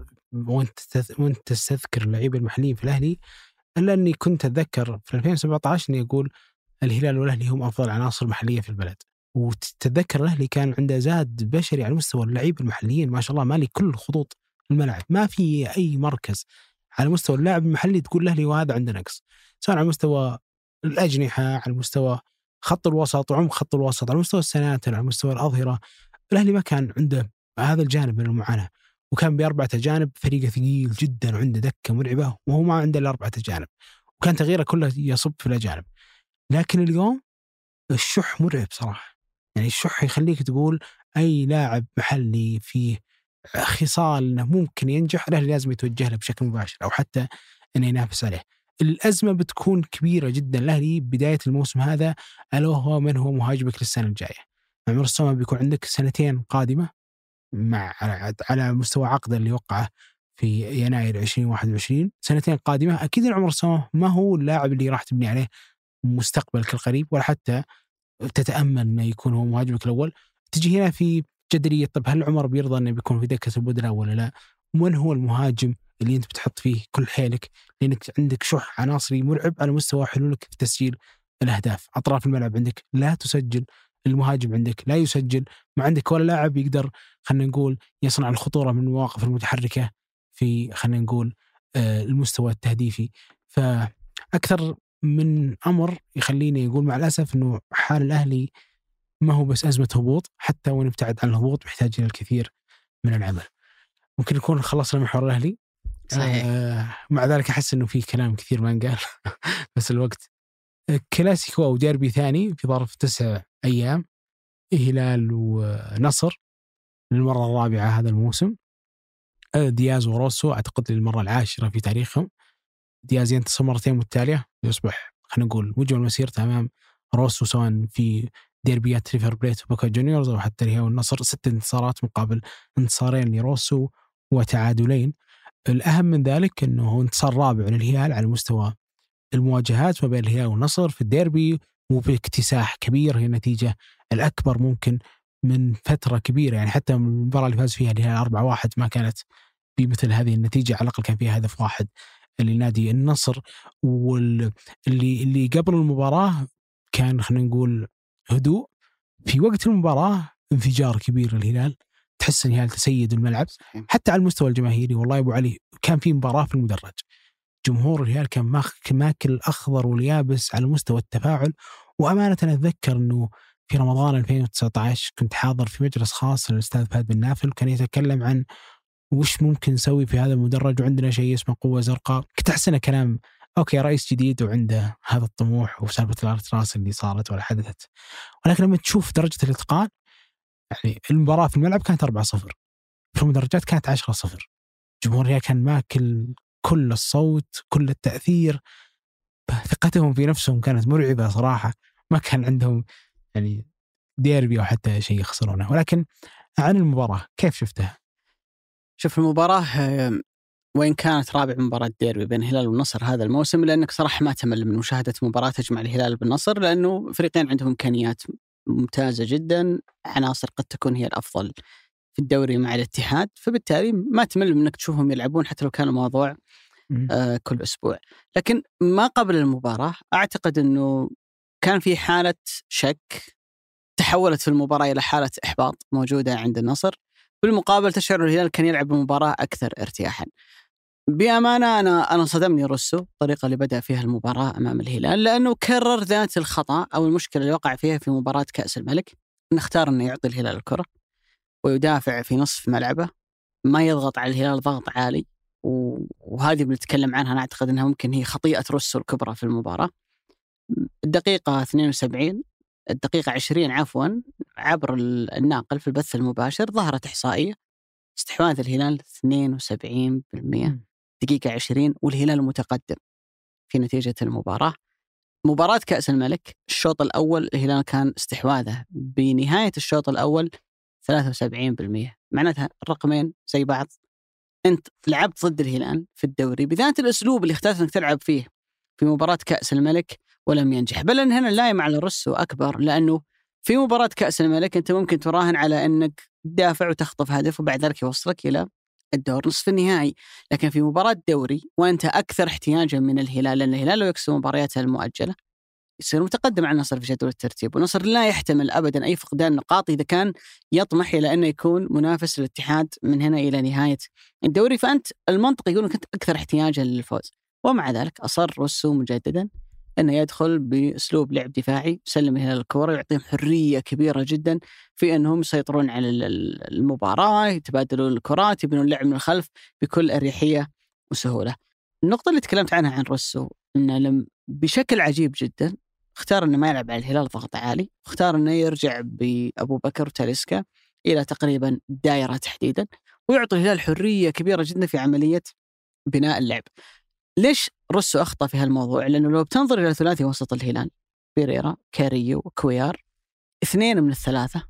وأنت تستذكر اللعيبة المحليين في الأهلي، إلا أني كنت أتذكر في 2017 أني أقول الهلال والأهلي هم أفضل عناصر محلية في البلد. وتتذكر الأهلي كان عنده زاد بشري على مستوى اللعيبة المحليين ما شاء الله، مالي كل خطوط الملعب، ما في أي مركز على مستوى اللاعب المحلي تقول الأهلي وهذا عنده نقص، سواء على مستوى الأجنحة، على مستوى خط الوسط وعمق خط الوسط، على مستوى السناتر، على مستوى الأظهرة. الأهلي ما كان عنده هذا الجانب من المعاناة، وكان بأربعة أجانب فريق ثقيل جدا وعنده دكة مرعبة، وهو ما عنده الأربعة أجانب، وكان تغييره كله يصب في الأجانب. لكن اليوم الشح مرعب صراحة، يعني الشح يخليك تقول أي لاعب محلي فيه خصال أنه ممكن ينجح الأهلي لازم يتوجه له بشكل مباشر أو حتى أنه ينافس عليه. الأزمة بتكون كبيرة جدا الأهلي بداية الموسم هذا، ألا وهو من هو مهاجمك للسنة الجاية. عمر السما بيكون عندك سنتين قادمة مع على مستوى عقده اللي وقعه في يناير 2021، سنتين قادمة. أكيد عمر السما ما هو اللاعب اللي راح تبني عليه مستقبلك القريب، ولا حتى تتأمل أنه يكون هو مهاجمك الأول. تجي هنا في جدلية، طب هل عمر بيرضى أنه بيكون في دكة البدلاء ولا لا؟ ومن هو المهاجم اللي أنت بتحط فيه كل حيلك، لأنك عندك شح عناصري مرعب على مستوى حلولك في تسجيل الأهداف. أطراف الملعب عندك لا تسجل، المهاجم عندك لا يسجل، ما عندك ولا لاعب يقدر خلينا نقول يصنع الخطورة من المواقف المتحركة في خلينا نقول المستوى التهديفي. فأكثر من أمر يخليني يقول مع الأسف أنه حال الأهلي ما هو بس أزمة هبوط، حتى وإن ابتعد عن الهبوط محتاج إلى الكثير من العمل. ممكن نكون خلصنا من حوار الأهلي. صحيح. مع ذلك أحس أنه في كلام كثير ما نقال بس الوقت. كلاسيكو أو ديربي ثاني في ظرف 9 أيام، هلال ونصر للمرة الرابعة هذا الموسم. دياز وروسو أعتقد للمرة 10 في تاريخهم. دياز ينتصر مرتين متتالية، يصبح خلينا نقول مجمل مسيرته أمام روسو سواء في ديربيات ريفر بليت وبوكا جونيورز أو حتى الهلال والنصر 6 انتصارات مقابل انتصارين لروسو وتعادلين. الأهم من ذلك أنه انتصار رابع للهلال على مستوى المواجهات ما بين الهلال والنصر في الديربي، وباكتساح كبير. هي النتيجة الأكبر ممكن من فترة كبيرة، يعني حتى المباراة اللي فاز فيها الهلال 4-1 ما كانت بمثل هذه النتيجة، على الأقل كان فيها هدف واحد لنادي النصر. واللي قبل المباراة كان خلينا نقول هدوء، في وقت المباراة انفجار كبير للهلال، تحس الهلال تسيد الملعب حتى على المستوى الجماهيري. والله يا أبو علي كان في مباراة في المدرج، جمهور الهلال كان ماكل الأخضر واليابس على مستوى التفاعل. وأمانة أتذكر أنه في رمضان 2019 كنت حاضر في مجلس خاص للأستاذ فهد بن نافل، وكان يتكلم عن وش ممكن نسوي في هذا المدرج، وعندنا شيء اسمه قوة زرقاء. كنت أحسن كلام أوكي، رئيس جديد وعنده هذا الطموح وسالفة الأرتراس اللي صارت ولا حدثت. ولكن لما تشوف درجة الإتقان، يعني المباراة في الملعب كانت 4-0، في المدرجات كانت 10-0. جمهور الهلال كان ماكل كل الصوت، كل التأثير. ثقتهم في نفسهم كانت مرعبة صراحة، ما كان عندهم يعني ديربي أو حتى شيء يخسرونه. ولكن عن المباراة كيف شفتها؟ شوف المباراة وين كانت رابع مباراة ديربي بين الهلال والنصر هذا الموسم، لأنك صراحة ما تمل من مشاهدة مباراة تجمع الهلال بالنصر، لأنه فريقين عندهم إمكانيات ممتازة جدا، عناصر قد تكون هي الأفضل في الدوري مع الاتحاد، فبالتالي ما تمل منك تشوفهم يلعبون حتى لو كان الموضوع كل أسبوع. لكن ما قبل المباراة أعتقد أنه كان في حالة شك تحولت في المباراة إلى حالة إحباط موجودة عند النصر. بالمقابل تشعر الهلال كان يلعب المباراة أكثر ارتياحا. بأمانة أنا صدمني روسو الطريقة اللي بدأ فيها المباراة أمام الهلال، لأنه كرر ذات الخطأ أو المشكلة اللي وقع فيها في مباراة كأس الملك، نختار أنه يعطي الهلال الكرة ويدافع في نصف ملعبه، ما يضغط على الهلال ضغط عالي. وهذه بنتكلم عنها، أنا أعتقد أنها ممكن هي خطيئة روسو الكبرى في المباراة. الدقيقة 72 الدقيقة 20 عفوا، عبر الناقل في البث المباشر ظهرت إحصائية استحواذ الهلال 72% دقيقة 20، والهلال متقدم في نتيجة المباراة. مباراة كأس الملك الشوط الأول الهلال كان استحواذه بنهاية الشوط الأول 73%، معناتها الرقمين زي بعض. أنت لعبت ضد الهلال في الدوري بذات الأسلوب اللي اخترت أنك تلعب فيه في مباراة كأس الملك ولم ينجح. بل أن هنا اللايم على روسو أكبر، لأنه في مباراة كأس الملك أنت ممكن تراهن على أنك تدافع وتخطف هدف وبعد ذلك يوصلك إلى الدور نصف النهائي. لكن في مباراة دوري وأنت أكثر احتياجا من الهلال، لأن الهلال لو يكسب مبارياته المؤجلة يصير متقدم على النصر في جدول الترتيب، والنصر لا يحتمل أبدا أي فقدان نقاط إذا كان يطمح إلى أنه يكون منافس للاتحاد من هنا إلى نهاية الدوري. فأنت المنطق يقول أنك أنت أكثر احتياجا للفوز، ومع ذلك أصر روسو مجددا أنه يدخل بأسلوب لعب دفاعي، يسلم الهلال الكرة، يعطيهم حرية كبيرة جدا في أنهم يسيطرون على المباراة، يتبادلون الكرات، يبنون اللعب من الخلف بكل أريحية وسهولة. النقطة اللي تكلمت عنها عن روسو أنه بشكل عجيب جدا اختار أنه ما يلعب على الهلال ضغط عالي، اختار أنه يرجع بأبو بكر وتاليسكا إلى تقريبا دائرة تحديدا، ويعطي الهلال حرية كبيرة جدا في عملية بناء اللعب. ليش روسو أخطأ في هالموضوع؟ لأنه لو بتنظر إلى ثلاثي وسط الهلال بيريرا كاريو وكويار، 2 من الثلاثة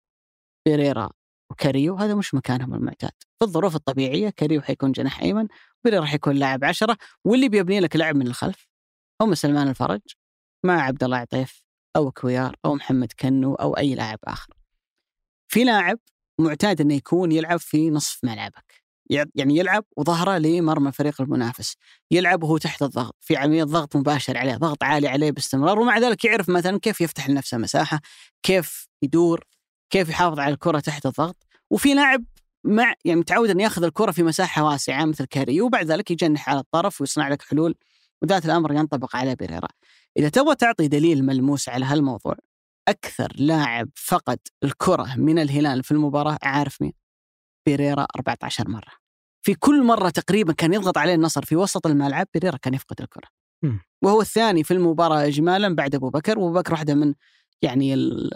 بيريرا وكاريو هذا مش مكانهم المعتاد. في الظروف الطبيعية كاريو حيكون جناح أيمن، بيريرا حيكون لاعب 10، واللي بيبني لك لاعب من الخلف هم سلمان الفرج مع عبد الله عطيف أو كويار أو محمد كنو أو أي لاعب آخر. في لاعب معتاد أنه يكون يلعب في نصف ملعبك، يعني يلعب وظهره لمرمى الفريق المنافس، يلعب وهو تحت الضغط في عملية ضغط مباشر عليه، ضغط عالي عليه باستمرار، ومع ذلك يعرف مثلا كيف يفتح لنفسه مساحة، كيف يدور، كيف يحافظ على الكرة تحت الضغط. وفي لاعب يعني متعود أن يأخذ الكرة في مساحة واسعة مثل كاريو، وبعد ذلك يجنح على الطرف ويصنع لك حلول، وذات الأمر ينطبق على بيريرا. إذا تبغى تعطي دليل ملموس على هالموضوع، أكثر لاعب فقد الكرة من الهلال في المباراة عارف مين؟ بيريرا 14 مرة. في كل مرة تقريبا كان يضغط عليه النصر في وسط الملعب بيريرا كان يفقد الكرة، وهو الثاني في المباراة إجمالا بعد أبو بكر. وأبو بكر واحدة من يعني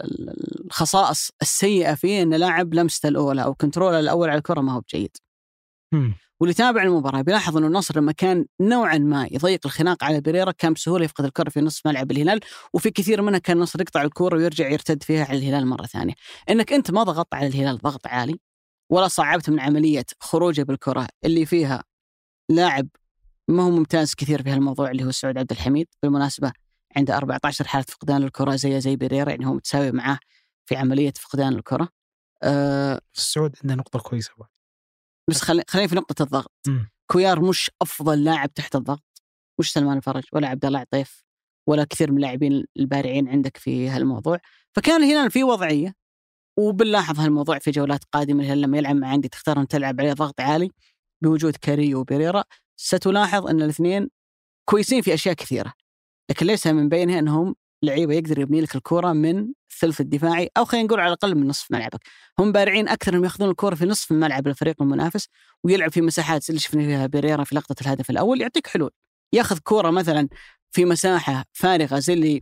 الخصائص السيئة فيه أن لاعب لمسته الأولى أو كنترول الأول على الكرة ما هو بجيد. واللي تابع المباراة بيلاحظ أنه النصر لما كان نوعا ما يضيق الخناق على بريرا كان بسهولة يفقد الكرة في نصف ملعب الهلال، وفي كثير منها كان النصر يقطع الكرة ويرجع يرتد فيها على الهلال مرة ثانية. إنك أنت ما ضغطت على الهلال ضغط عالي ولا صعبت من عملية خروجه بالكرة اللي فيها لاعب ما هو ممتاز كثير في هالموضوع اللي هو سعود عبد الحميد، بالمناسبة عنده 14 حالة فقدان الكرة زي بريرا، يعني هو متساوي معاه في عملية فقدان الكرة. السعود عنده نقطة كويسة بس خلينا في نقطة الضغط. كويار مش أفضل لاعب تحت الضغط، مش سلمان الفرج ولا عبد الله عطيف ولا كثير من اللاعبين البارعين عندك في هالموضوع. فكان الهلال في وضعية، وبنلاحظ هالموضوع في جولات قادمة. الهلال لما يلعب مع عندي تختار أن تلعب عليه ضغط عالي بوجود كاريو وبيريرا، ستلاحظ أن الاثنين كويسين في أشياء كثيرة، لكن ليس من بينها أنهم لعيبة يقدر يبني لك الكرة من الثلث الدفاعي، أو خلينا نقول على الأقل من نصف ملعبك. هم بارعين أكثر أنهم يأخذون الكرة في نصف الملعب الفريق المنافس ويلعب في مساحات اللي شفنا فيها بيريرا في لقطة الهدف الأول. يعطيك حلول، يأخذ كرة مثلا في مساحة فارغة زي اللي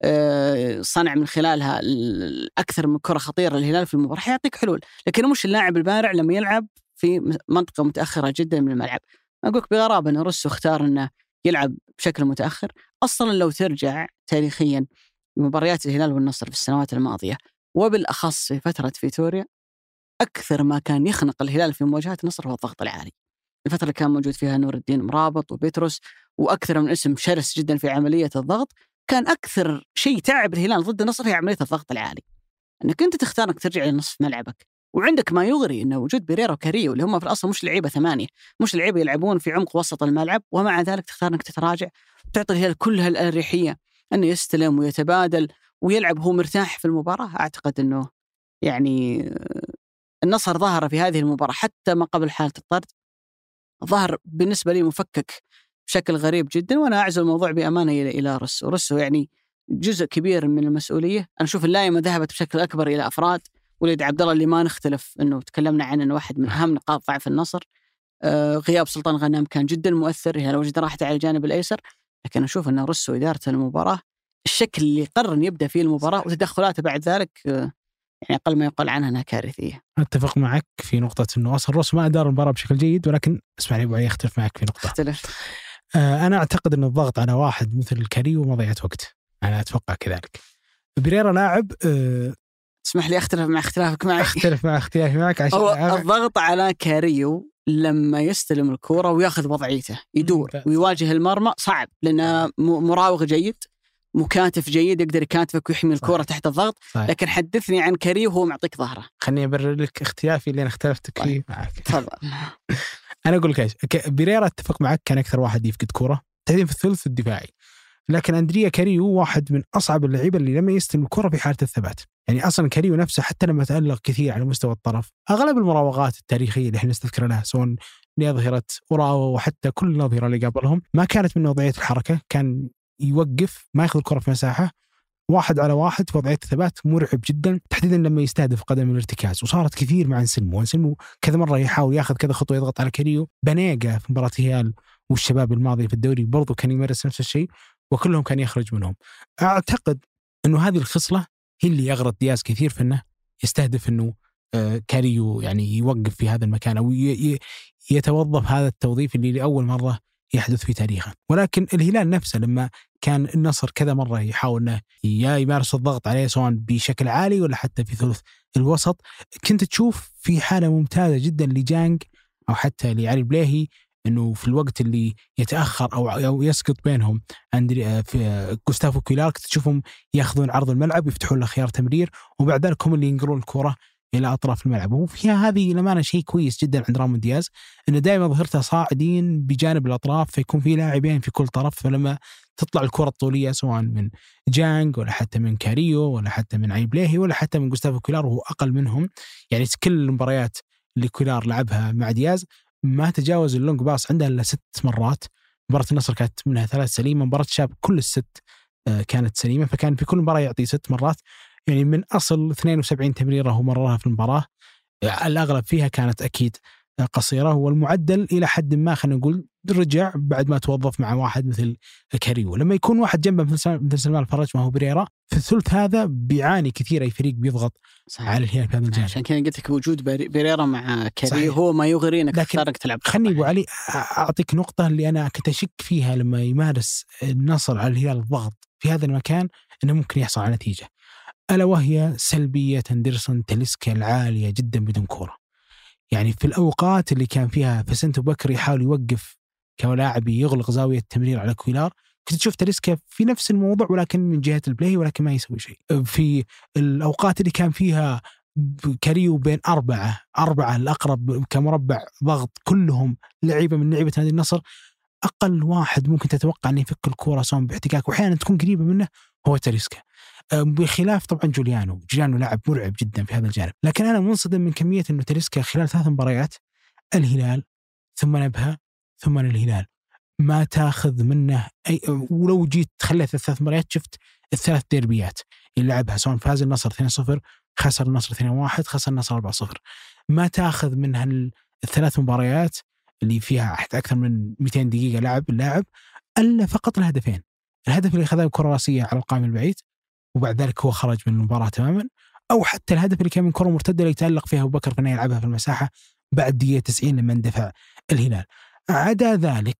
صنع من خلالها أكثر من كرة خطيرة للهلال في المباراة، يعطيك حلول. لكن مش اللاعب البارع لما يلعب في منطقة متأخرة جدا من الملعب. أقولك بغرابة أن روسو اختار أنه يلعب بشكل متأخر. أصلا لو ترجع تاريخيا مباريات الهلال والنصر في السنوات الماضية وبالأخص في فترة فيتوريا، أكثر ما كان يخنق الهلال في مواجهات النصر هو الضغط العالي. الفترة اللي كان موجود فيها نور الدين مرابط وبيتروس وأكثر من اسم شرس جدا في عملية الضغط، كان أكثر شيء تعب الهلال ضد النصر هي عملية الضغط العالي. أنك أنت تختار أنك ترجع لنصف ملعبك وعندك ما يغري أنه وجود بيريرا وكاريو اللي هم في الأصل مش لعيبة 8، مش لعيبة يلعبون في عمق وسط الملعب، ومع ذلك تختار أنك تتراجع وتعطي الهلال كل هالأريحية أنه يستلم ويتبادل ويلعب هو مرتاح في المباراة. أعتقد أنه يعني النصر ظهر في هذه المباراة حتى ما قبل حالة الطرد، ظهر بالنسبة لي مفكك بشكل غريب جدا. وأنا أعزل الموضوع بأمانة إلى رسو يعني جزء كبير من المسؤولية. أنا أشوف اللائمة ذهبت بشكل أكبر إلى أفراد. وليد عبد الله اللي ما نختلف أنه تكلمنا عنه أنه واحد من أهم نقاط ضعف النصر. غياب سلطان غنام كان جدا مؤثر، يعني لو وجد راحته على الجانب الأيسر. لكن أشوف أن رسو إدارة المباراة الشكل اللي قرر يبدأ فيه المباراة وتدخلاته بعد ذلك يعني أقل ما يقال عنها أنها كارثية. أتفق معك في نقطة أنه أصلا روس ما أدار المباراة بشكل جيد، ولكن اسمع لي أبو علي أختلف معك في نقطة. أنا أعتقد أن الضغط على واحد مثل الكاريو ما ضيعت وقت. أنا أتوقع كذلك. بريرا لاعب اسمح لي أختلف مع اختلافك معي. أختلف مع اختلافي معك عشان الضغط على كاريو لما يستلم الكرة ويأخذ وضعيته يدور ويواجه المرمى صعب، لأنه مراوغ جيد مكاتف جيد يقدر يكاتفك ويحمي الكرة تحت الضغط. لكن حدثني عن كاريو وهو معطيك ظهره. خليني أبرر لك اختلافي اللي أنا اختلفتك فيه معك. تفضل. أنا أقول لك بريرا اتفق معك كان أكثر واحد يفقد كرة تحديدا في الثلث الدفاعي، لكن أندريا كاريو واحد من أصعب اللعيبة اللي لما يستلم الكرة في حالة الثبات. يعني أصلا كاريو نفسه حتى لما تألق كثير على مستوى الطرف، أغلب المراوغات التاريخية اللي احنا نستذكر لها سواء لأظهرة أوراوا وحتى كل الأظهرة اللي قبلهم ما كانت من وضعية الحركة، كان يوقف ما ياخذ الكرة في مساحة واحد على واحد في وضعية الثبات مرعب جدا، تحديدا لما يستهدف قدم الارتكاز. وصارت كثير مع انسلمو كذا مرة يحاول ياخذ كذا خطوة يضغط على كاريو. بنيقة في مباراة هلال والشباب الماضي في الدوري برضو كان يمارس نفس الشيء وكلهم كان يخرج منهم. أعتقد أنه هذه الخصلة هي اللي أغرت دياز كثير في أنه يستهدف أنه كاريو يعني يوقف في هذا المكان أو يتوظف هذا التوظيف اللي لأول مرة يحدث في تاريخه. ولكن الهلال نفسه لما كان النصر كذا مرة يحاول أنه يمارس الضغط عليه سواء بشكل عالي ولا حتى في ثلث الوسط، كنت تشوف في حالة ممتازة جدا لجانج أو حتى لعلي بليهي أنه في الوقت اللي يتأخر أو يسقط بينهم في غوستافو كويلار تشوفهم يأخذون عرض الملعب ويفتحون له خيار تمرير، وبعد ذلك هم اللي ينقلون الكرة إلى أطراف الملعب. وفيها هذه لمانا شيء كويس جدا عند رامون دياز إنه دائما ظهرته صاعدين بجانب الأطراف فيكون في لاعبين في كل طرف، فلما تطلع الكرة الطولية سواء من جانج ولا حتى من كاريو ولا حتى من علي بليهي ولا حتى من غوستافو كويلار وهو أقل منهم، يعني كل المباريات اللي كويلار لعبها مع دياز ما تجاوز اللونج باص عنده إلا 6 مرات. مباراة النصر كانت منها 3 سليمة، مباراة الشاب كل 6 كانت سليمة، فكان في كل مباراة يعطي 6 مرات، يعني من أصل 72 تمريرة هو مررها في المباراة الأغلب فيها كانت أكيد قصيرة. والمعدل إلى حد ما خلينا نقول رجع بعد ما توظف مع واحد مثل كاريو. لما يكون واحد جنبه مثل سلمان الفرج ما هو بريرا في الثلث هذا بيعاني كثير أي فريق بيضغط صحيح. على الهلال في هذا الجانب. عشان كذا قلت لك وجود بريرا مع كاريو هو ما يغري انك تختارك تلعب. خلني أبو علي أعطيك نقطة اللي أنا كنت أشك فيها لما يمارس النصر على الهلال الضغط في هذا المكان أنه ممكن يحصل على نتيجة، ألا وهي سلبية أندرسون تاليسكا العالية جدا بدون كورة. يعني في الأوقات اللي كان فيها فسنتو بكر يحاول يوقف كلاعب يغلق زاوية التمرير على كويلار، كنت تشوف تاليسكا في نفس الموضوع ولكن من جهة البلاي ولكن ما يسوي شيء. في الأوقات اللي كان فيها كاريو بين أربعة الأقرب كمربع ضغط كلهم لعيبة من لعيبة نادي النصر، أقل واحد ممكن تتوقع أن يفك الكرة سواء باحتكاك وأحيانا تكون قريبة منه هو تاليسكا، بخلاف طبعا جوليانو لاعب مرعب جدا في هذا الجانب. لكن أنا منصدم من كمية أنه تاليسكا خلال 3 مباريات الهلال ثم نبها ثم الهلال ما تاخذ منه أي، ولو جيت تخليت 3 مباريات شفت ال3 ديربيات اللي لعبها سواء فاز النصر 2-0 خسر النصر 2-1 خسر النصر 4-0، ما تاخذ منها ال3 مباريات اللي فيها أكثر من 200 دقيقة لعب اللاعب ألا فقط الهدفين. الهدف اللي أخذه كرة راسية على القائم البعيد وبعد ذلك هو خرج من المباراة تماما، أو حتى الهدف اللي كان من كرة مرتدة اللي يتألق فيها أبو بكر فإنه يلعبها في المساحة بعد دقيقة 90 لما اندفع الهلال. عدا ذلك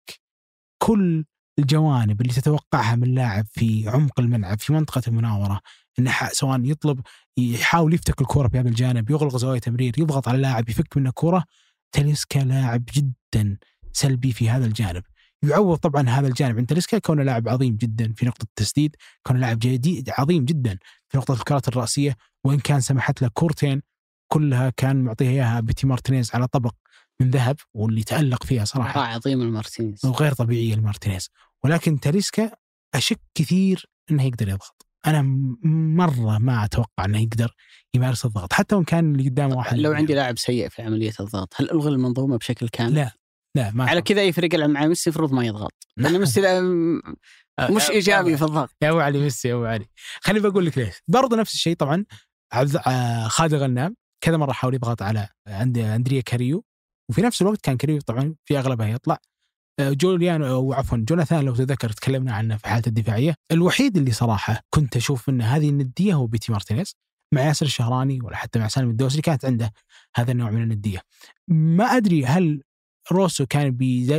كل الجوانب اللي تتوقعها من لاعب في عمق الملعب في منطقة المناورة، إنه سواء يحاول يفتك الكرة في هذا الجانب، يغلق زوايا تمرير، يضغط على اللاعب، يفك منه كرة، تاليسكا لاعب جدا سلبي في هذا الجانب. يعوض طبعا هذا الجانب عند تاليسكا كونه لاعب عظيم جدا في نقطة التسديد، كونه لاعب جيد عظيم جدا في نقطة الكرات الرأسية، وإن كان سمحت له كورتين كلها كان معطيها إياها بيتي مارتينيز على طبق من ذهب واللي تألق فيها صراحة عظيم المارتينيز وغير طبيعية المارتينيز. ولكن تاليسكا أشك كثير أنه يقدر يضغط. أنا مرة ما أتوقع أنه يقدر يمارس الضغط حتى وإن كان اللي قدامه واحد. لو عندي لاعب سيء في عملية الضغط هل ألغي المنظومة بشكل كامل؟ لا ما على كذا أي فريق يلعب مع ميسي يفرض ما يضغط لأن ميسي مش إيجابي في الضغط. يا أبو علي ميسي يا أبو علي خليني بقول لك ليش. برضو نفس الشيء طبعا خالد غنام كذا مرة حاول يضغط على أندريا كاريو، وفي نفس الوقت كان كاريو طبعا في أغلبها يطلع. جوليانو أو عفوا جوناثان لو تذكر تكلمنا عنه في حالة الدفاعية، الوحيد اللي صراحة كنت أشوف أن هذه الندية هو بيتي مارتينيز مع ياسر الشهراني ولا حتى مع سالم الدوسري كانت عنده هذا النوع من الندية. ما أدري هل روسو كان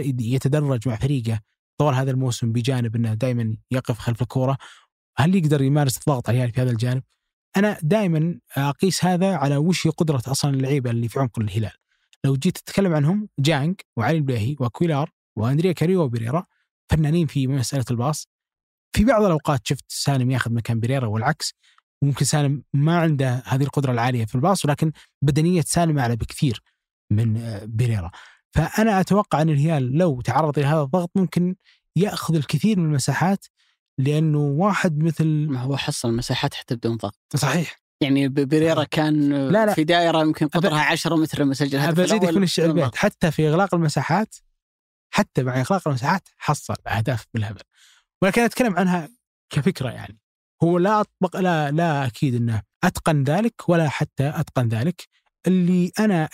يتدرج مع فريقه طوال هذا الموسم بجانب أنه دائما يقف خلف الكرة، هل يقدر يمارس الضغط على في هذا الجانب؟ أنا دائما أقيس هذا على وش هي قدرة أصلا اللعيبة اللي في عمق الهلال. لو جيت تتكلم عنهم جانج وعلي البلاهي وكويلار وأندريا كاريو وبريرا فنانين في مسألة الباص. في بعض الأوقات شفت سالم ياخذ مكان بريرا والعكس، وممكن سالم ما عنده هذه القدرة العالية في الباص ولكن بدنية سالم أعلى بكثير من بريرا. فأنا أتوقع أن الهلال لو تعرض إلى هذا الضغط ممكن يأخذ الكثير من المساحات، لأنه واحد مثل ما هو حصل المساحات حتى بدون ضغط. صحيح. يعني بريرا كان لا. في دائرة يمكن قطرها 10 متر لما سجل هدف الأول. أزيدك من الشعر البيت حتى في إغلاق المساحات، حتى مع إغلاق المساحات حصل أهداف بالهبل. ولكن أتكلم عنها كفكرة، يعني هو لا أطبق لا أكيد أنه أتقن ذلك ولا حتى أتقن ذلك. اللي أنا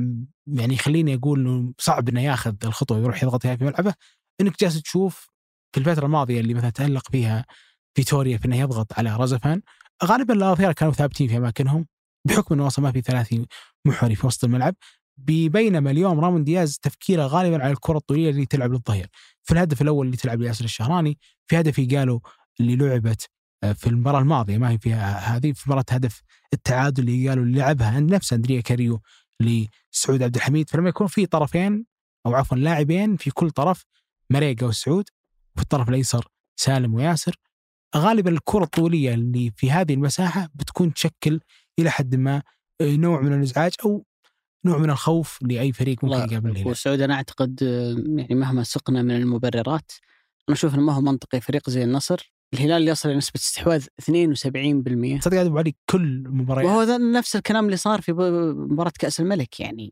يعني خليني أقول إنه صعب إنه يأخذ الخطوة ويروح يضغط فيها في ملعبه، إنك جالس تشوف في الفترة الماضية اللي مثلا تألق فيها فيتوريا في إنه يضغط على رزفان، غالبا الأظهرة كانوا ثابتين في أماكنهم بحكم إنه وصل ما في 3 محوري في وسط الملعب، بينما اليوم رامون دياز تفكيره غالبا على الكرة الطويلة اللي تلعب للظهير. في الهدف الأول اللي تلعب لياسر الشهراني، في هدف قالوا اللي لعبت في المباراة الماضية ما هي فيها هذه، في مباراة هدف التعادل اللي قالوا اللي لعبها عند نفس أندريا كاريو لسعود عبد الحميد. فلما يكون في طرفين أو عفوا لاعبين في كل طرف، مريقة وسعود، وفي الطرف الأيسر سالم وياسر، غالبا الكرة الطولية اللي في هذه المساحة بتكون تشكل إلى حد ما نوع من الإزعاج أو نوع من الخوف لأي فريق ممكن يقابل الهلال. وسعود أنا أعتقد يعني مهما سقنا من المبررات، أنا أشوف أنه ما هو منطقي فريق زي النصر الهلال يصل لنسبة استحواذ 72%. صدق أدب عليك كل مباراة، وهو نفس الكلام اللي صار في مباراة كأس الملك. يعني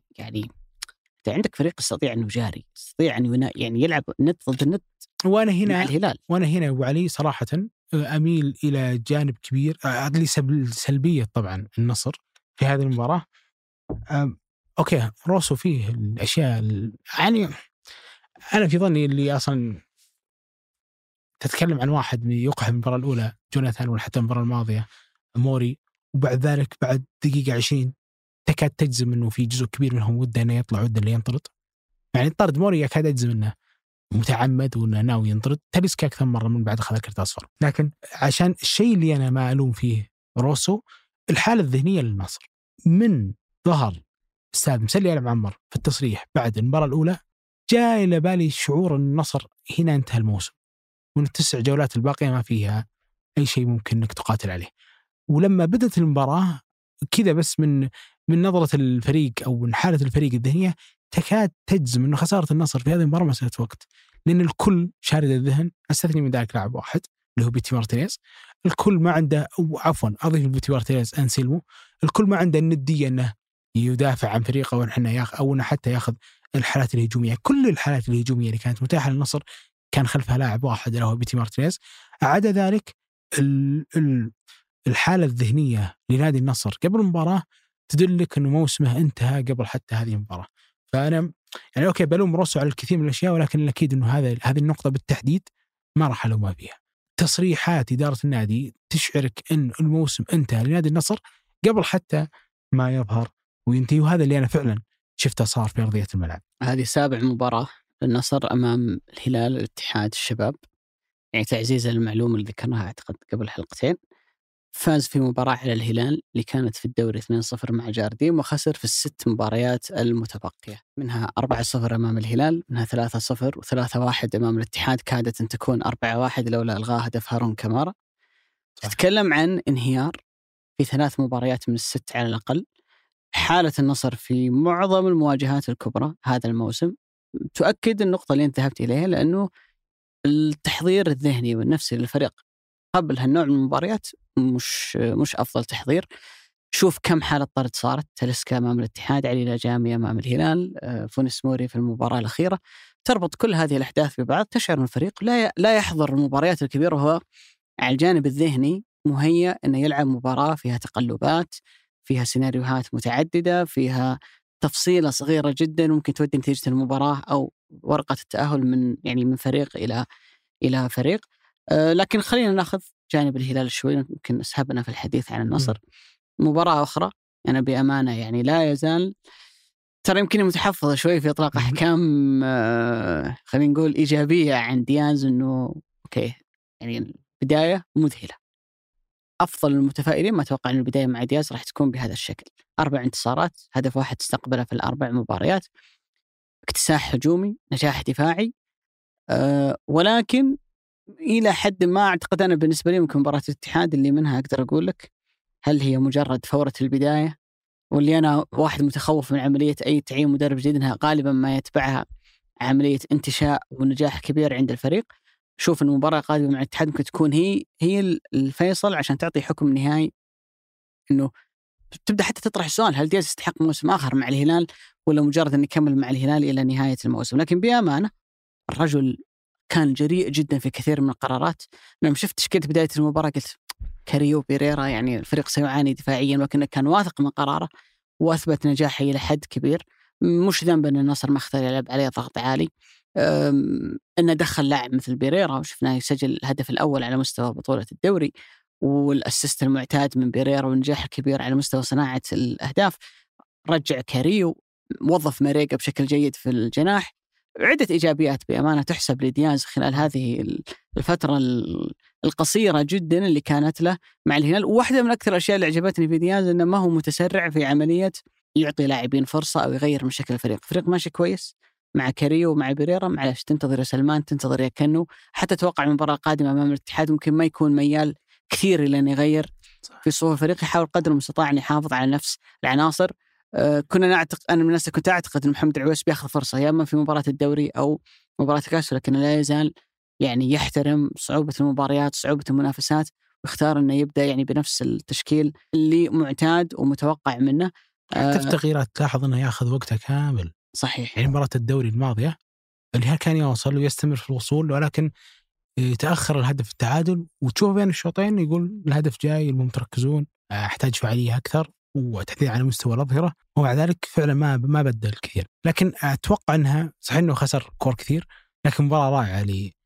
أنت عندك فريق يستطيع أنه جاري، يستطيع أن يعني يلعب نت ضد النت. وأنا هنا مع الهلال، وأنا هنا أبو علي صراحة أميل إلى جانب كبير أدلي سلبية طبعا النصر في هذه المباراة. أوكي روسو فيه الأشياء يعني أنا في ظني اللي أصلا تتكلم عن واحد يوقع المباراة الأولى جوناثان، ولا حتى المباراة الماضية موري، وبعد ذلك بعد دقيقة 20 تكاد تجزم أنه في جزء كبير منهم وده أنه يطلع وده اللي ينطرد. يعني طرد موري أكاد أجزم أنه متعمد وأنه ناوي ينطرد. تاليسكا أكثر مرة من بعد أخذ الكرت الأصفر. لكن عشان الشيء اللي أنا ما ألوم فيه روسو الحالة الذهنية للنصر. من ظهر أستاذ مسلي على معمر في التصريح بعد المباراة الأولى جاء إلى بالي شعور أن النصر هنا انتهى الموسم، وأن ال9 جولات الباقية ما فيها أي شيء ممكن أنك تقاتل عليه. ولما بدأت المباراة كذا بس من نظرة الفريق أو من حالة الفريق الذهنية تكاد تجزم أنه خسارة النصر في هذه المباراة مسألة وقت، لأن الكل شارد الذهن، أستثني من ذلك لاعب واحد اللي هو بيتي مارتينيز. الكل ما عنده، أو عفوا أضيف بيتي مارتينيز أنسيلمو، الكل ما عنده الندية أنه يدافع عن فريقه أو أنه حتى يأخذ الحالات الهجومية. كل الحالات الهجومية اللي كانت متاحة للنصر كان خلفها لاعب واحد اللي هو بيتي مارتينيز. عدا ذلك الحالة الذهنية لنادي النصر قبل المباراة تدلك أنه موسمه انتهى قبل حتى هذه المباراة. فأنا يعني أوكي بلوم روسو على الكثير من الأشياء، ولكن الأكيد أنه هذه النقطة بالتحديد ما راح ألومها فيها. تصريحات إدارة النادي تشعرك أن الموسم انتهى لنادي النصر قبل حتى ما يظهر وينتهي، وهذا اللي أنا فعلا شفته صار في أرضية الملعب. هذه 7 مباراة للنصر أمام الهلال الاتحاد الشباب، يعني تعزيزا للمعلومة اللي ذكرناها أعتقد قبل حلقتين. فاز في مباراة على الهلال اللي كانت في الدوري 2-0 مع جارديم، وخسر في ال6 مباريات المتبقية، منها 4-0 أمام الهلال، منها 3-0 و3-1 أمام الاتحاد، كادت أن تكون 4-1 لولا إلغاء هدف هارون كمارا. تتكلم عن انهيار في 3 مباريات من ال6 على الأقل. حالة النصر في معظم المواجهات الكبرى هذا الموسم تؤكد النقطة اللي انت ذهبت إليها، لأنه التحضير الذهني والنفسي للفريق قبل هالنوع من المباريات مش أفضل تحضير. شوف كم حالة طرد صارت، تاليسكا أمام الاتحاد، علي لاجامي أمام الهلال، فونس موري في المباراة الأخيرة. تربط كل هذه الأحداث ببعض تشعر أن الفريق لا يحضر المباريات الكبيرة وهو على الجانب الذهني مهيأ أنه يلعب مباراة فيها تقلبات، فيها سيناريوهات متعددة، فيها تفصيلة صغيرة جدا ممكن تودي نتيجة المباراة أو ورقة التأهل من فريق إلى فريق. لكن خلينا نأخذ جانب الهلال شوي، يمكن أسهبنا في الحديث عن النصر. مباراة أخرى أنا بأمانة يعني لا يزال ترى يمكن متحفظة شوي في إطلاق أحكام خلينا نقول إيجابية عن دياز، إنه أوكي يعني بداية مذهلة. أفضل المتفائلين ما أتوقع أن البداية مع دياز راح تكون بهذا الشكل. 4 انتصارات، هدف واحد استقبله في ال4 مباريات، اكتساح هجومي، نجاح دفاعي. ولكن إلى حد ما أعتقد أنا بالنسبة لي ممكن مباراة الاتحاد اللي منها أقدر أقول لك هل هي مجرد فورة البداية، واللي أنا واحد متخوف من عملية أي تعيين مدرب جديد أنها غالبا ما يتبعها عملية انتشاء ونجاح كبير عند الفريق. شوف أن المباراة القادمة مع الاتحاد ممكن تكون هي الفيصل عشان تعطي حكم نهائي، إنه تبدأ حتى تطرح السؤال هل دياز يستحق موسم آخر مع الهلال ولا مجرد أن يكمل مع الهلال إلى نهاية الموسم. لكن بأمانة الرجل كان جريء جدا في كثير من القرارات. لما شفت تشكيلة بداية المباراة قلت كاريو بيريرا يعني الفريق سيعاني دفاعيا، ولكنه كان واثق من قراره وأثبت نجاحه إلى حد كبير. مش ذنب أن النصر ما اختار يلعب عليه ضغط عالي، أنه دخل لاعب مثل بيريرا وشفناه يسجل الهدف الأول على مستوى بطولة الدوري، والأسيست المعتاد من بيريرا، ونجاح كبير على مستوى صناعة الأهداف. رجع كاريو، وظف ماريجا بشكل جيد في الجناح. عدة إيجابيات بأمانة تحسب لدياز خلال هذه الفترة القصيرة جدا اللي كانت له مع الهلال. وواحدة من أكثر الأشياء اللي عجبتني في دياز أنه ما هو متسرع في عملية يعطي لاعبين فرصة أو يغير من شكل الفريق. الفريق ماشي كويس مع كاريو ومع بيريرا، معلش تنتظر يا سلمان، تنتظر يا كنو. حتى توقع المباراة القادمة أمام الاتحاد ممكن ما يكون ميال كثير إلى أن يغير في صفوف الفريق، يحاول قدر المستطاع أن يحافظ على نفس العناصر. كنا نعتقد، أنا من الناس كنت أعتقد أن محمد العويس بياخذ فرصة يا إما في مباراة الدوري أو مباراة الكاس، لكن لا يزال يعني يحترم صعوبة المباريات، صعوبة المنافسات، واختار أنه يبدأ يعني بنفس التشكيل اللي معتاد ومتوقع منه. حتى في تغييرات تلاحظ أنه يأخذ وقته كامل. صحيح. يعني مباراة الدوري الماضية الهلال كان يوصل ويستمر في الوصول، ولكن يتأخر الهدف التعادل، وتشوف بين الشوطين يقول الهدف جاي، المهم تركزون، أحتاج فعالية أكثر. وتحديدا على مستوى الأظهرة، ومع ذلك فعلا ما بدل كثير. لكن أتوقع أنها صحيح أنه خسر كور كثير، لكن مباراة رائعة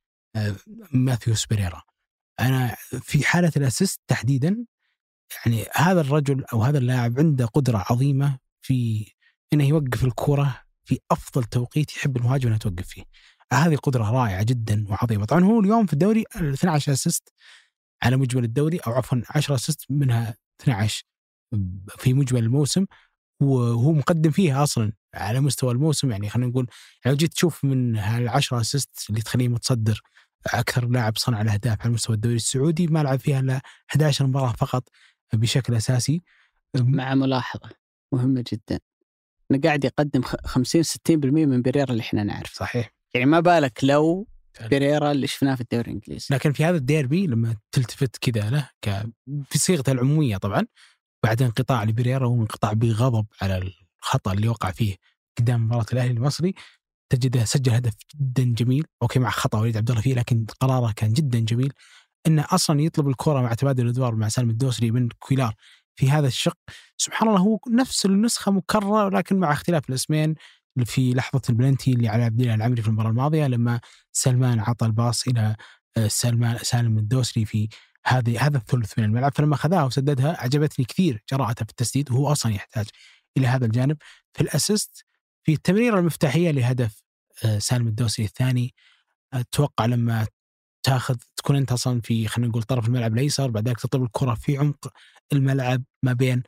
لماثيوس بيريرا. أنا في حالة الأسيست تحديدا، يعني هذا الرجل أو هذا اللاعب عنده قدرة عظيمة في أنه يوقف الكرة في أفضل توقيت يحب المهاجم أنه توقف فيه. هذه قدرة رائعة جدا وعظيمة. طبعا هو اليوم في الدوري 12 أسيست على مجمل الدوري، أو عفوا 10 أسيست منها 12 في مجمل الموسم، وهو مقدم فيها أصلا على مستوى الموسم. يعني خلينا نقول لو جيت تشوف من هال10 أسيست اللي تخليه متصدر أكثر لاعب صنع الأهداف على مستوى الدوري السعودي، ما لعب فيها إلا 11 مباراة فقط بشكل أساسي. مع ملاحظة مهمة جدا، أنه قاعد يقدم 50-60% من بيريرا اللي إحنا نعرف. صحيح. يعني ما بالك لو بيريرا اللي شفناه في الدوري الإنجليزي. لكن في هذا الديربي لما تلتفت كذا له في صيغته العمومية طبعا، بعد انقطاع لبيريرا وانقطاع بغضب على الخطأ اللي وقع فيه قدام مباراة الأهلي المصري، تجده سجل هدف جدا جميل. أوكي مع خطأ وليد عبد الله فيه، لكن قراره كان جدا جميل، إنه أصلا يطلب الكرة مع تبادل الأدوار مع سالم الدوسري من كويلار في هذا الشق. سبحان الله، هو نفس النسخة مكررة لكن مع اختلاف الاسمين. في لحظة البلنتي اللي على عبد الله العمري في المباراة الماضية، لما سلمان عطى الباص إلى سالم الدوسري في هذا الثلث من الملعب، فلما أخذها وسددها عجبتني كثير جراءته في التسديد، وهو أصلا يحتاج إلى هذا الجانب. في الأسيست في التمريرة المفتاحية لهدف سالم الدوسري الثاني، أتوقع لما تكون أنت أصلا في خلينا نقول طرف الملعب الأيسر، بعد ذلك تطلب الكرة في عمق الملعب ما بين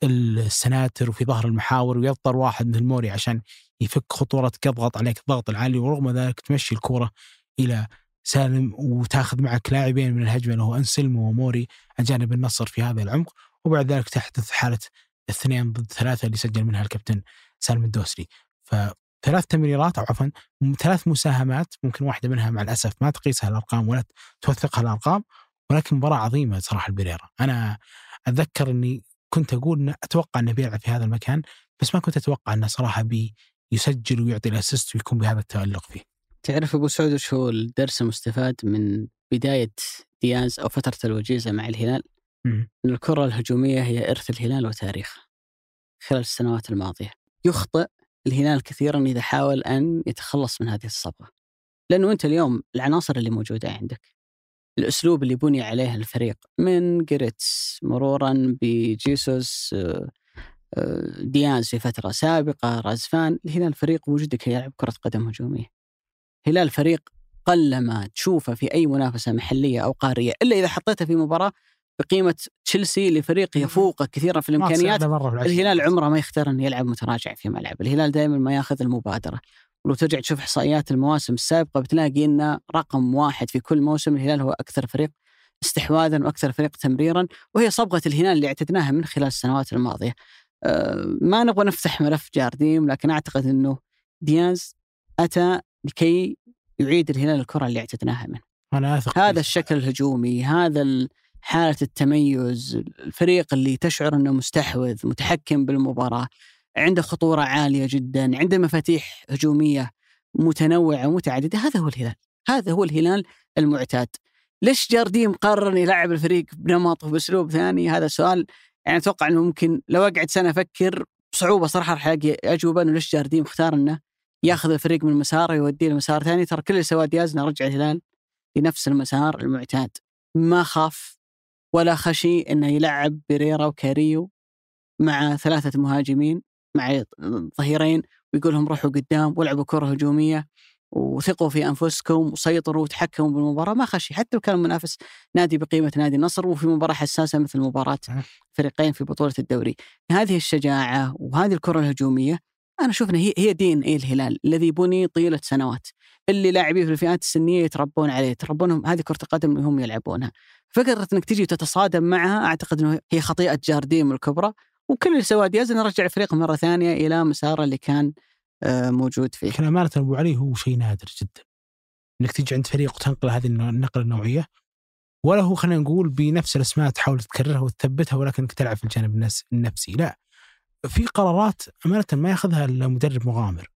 السناتر وفي ظهر المحاور، ويضطر واحد مثل موري عشان يفك خطورتك يضغط عليك الضغط العالي، ورغم ذلك تمشي الكرة إلى سالم وتاخذ معك لاعبين من الهجمة اللي هو أنسلمو وموري أجانب النصر في هذا العمق، وبعد ذلك تحدث حالة 2 ضد 3 اللي سجل منها الكابتن سالم الدوسري. ف3 تمريرات أو عفوا 3 مساهمات، ممكن واحدة منها مع الأسف ما تقيسها الأرقام ولا توثقها الأرقام، ولكن مباراة عظيمة صراحة البيريرا. أنا أتذكر أني كنت أقول أتوقع أنه بيلعب في هذا المكان، بس ما كنت أتوقع أنه صراحة بيسجل ويعطي الأسيست ويكون بهذا التألق فيه. تعرف أبو سعود وش هو الدرس المستفاد من بداية دياز أو فترة الوجيزة مع الهلال؟ أن الكرة الهجومية هي إرث الهلال وتاريخه خلال السنوات الماضية. يخطئ الهلال كثيرا إذا حاول أن يتخلص من هذه الصبغة، لأنه أنت اليوم العناصر اللي موجودة عندك، الأسلوب اللي بني عليه الفريق من جريتس مرورا بجيسوس دياز في فترة سابقة رازفان، الهلال فريق وجودك يلعب كرة قدم هجومية. هلال فريق قلما تشوفه في أي منافسة محلية أو قارية إلا إذا حطيته في مباراة بقيمة تشيلسي لفريق يفوق كثيرا في الإمكانيات. الهلال عمره ما يختار أن يلعب متراجع في ملعب، الهلال دائما ما يأخذ المبادرة. ولو ترجع تشوف إحصائيات المواسم السابقة بتلاقي أن رقم 1 في كل موسم الهلال هو أكثر فريق استحواذا وأكثر فريق تمريرا، وهي صبغة الهلال اللي اعتدناها من خلال السنوات الماضية. ما نبغى نفتح ملف جارديم، لكن أعتقد أنه دياز أتى لكي يعيد الهلال الكرة اللي اعتدناها منه. هذا الشكل الهجومي، هذا حالة التميز، الفريق اللي تشعر أنه مستحوذ متحكم بالمباراة، عنده خطورة عالية جدا، عنده مفاتيح هجومية متنوعة متعددة. هذا هو الهلال، هذا هو الهلال المعتاد. ليش جارديم قرر يلعب الفريق بنمط وبأسلوب ثاني؟ هذا سؤال يعني أتوقع أنه ممكن لو أقعد سنة أفكر بصعوبة صراحة راح ألاقي أجوبة أنه ليش جارديم اختار أنه ياخذ الفريق من مسار يوديه لمسار ثاني. ترى كل اللي سواه دياز إنه رجع الهلال لنفس المسار المعتاد، ما خاف ولا خشي أنه يلعب بيريرا وكاريو مع 3 مهاجمين مع ظهيرين ويقولهم روحوا قدام والعبوا كرة هجومية وثقوا في أنفسكم وسيطروا وتحكموا بالمباراة. ما خشي حتى لو كان منافس نادي بقيمة نادي النصر وفي مباراة حساسة مثل مباراة فريقين في بطولة الدوري. هذه الشجاعة وهذه الكرة الهجومية أنا أشوف أنها هي دين الهلال الذي بني طيلة سنوات، اللي لاعبيه في الفئات السنية يتربون عليه، يتربونهم هذه كرة القدم اللي هم يلعبونها. فكرة أنك تجي وتتصادم معها أعتقد أنه هي خطيئة جارديم الكبرى، وكل اللي سواه دياز أنه رجع الفريق مرة ثانية إلى مساره اللي كان موجود فيه. كان أمانة أبو علي هو شيء نادر جدا أنك تيجي عند فريق وتنقل هذه النقلة النوعية، ولا هو خلينا نقول بنفس الأسماء تحاول تكررها وتثبتها ولكنك تلعب في الجانب النفسي. لا، في قرارات أمانة ما يأخذها المدرب مغامر،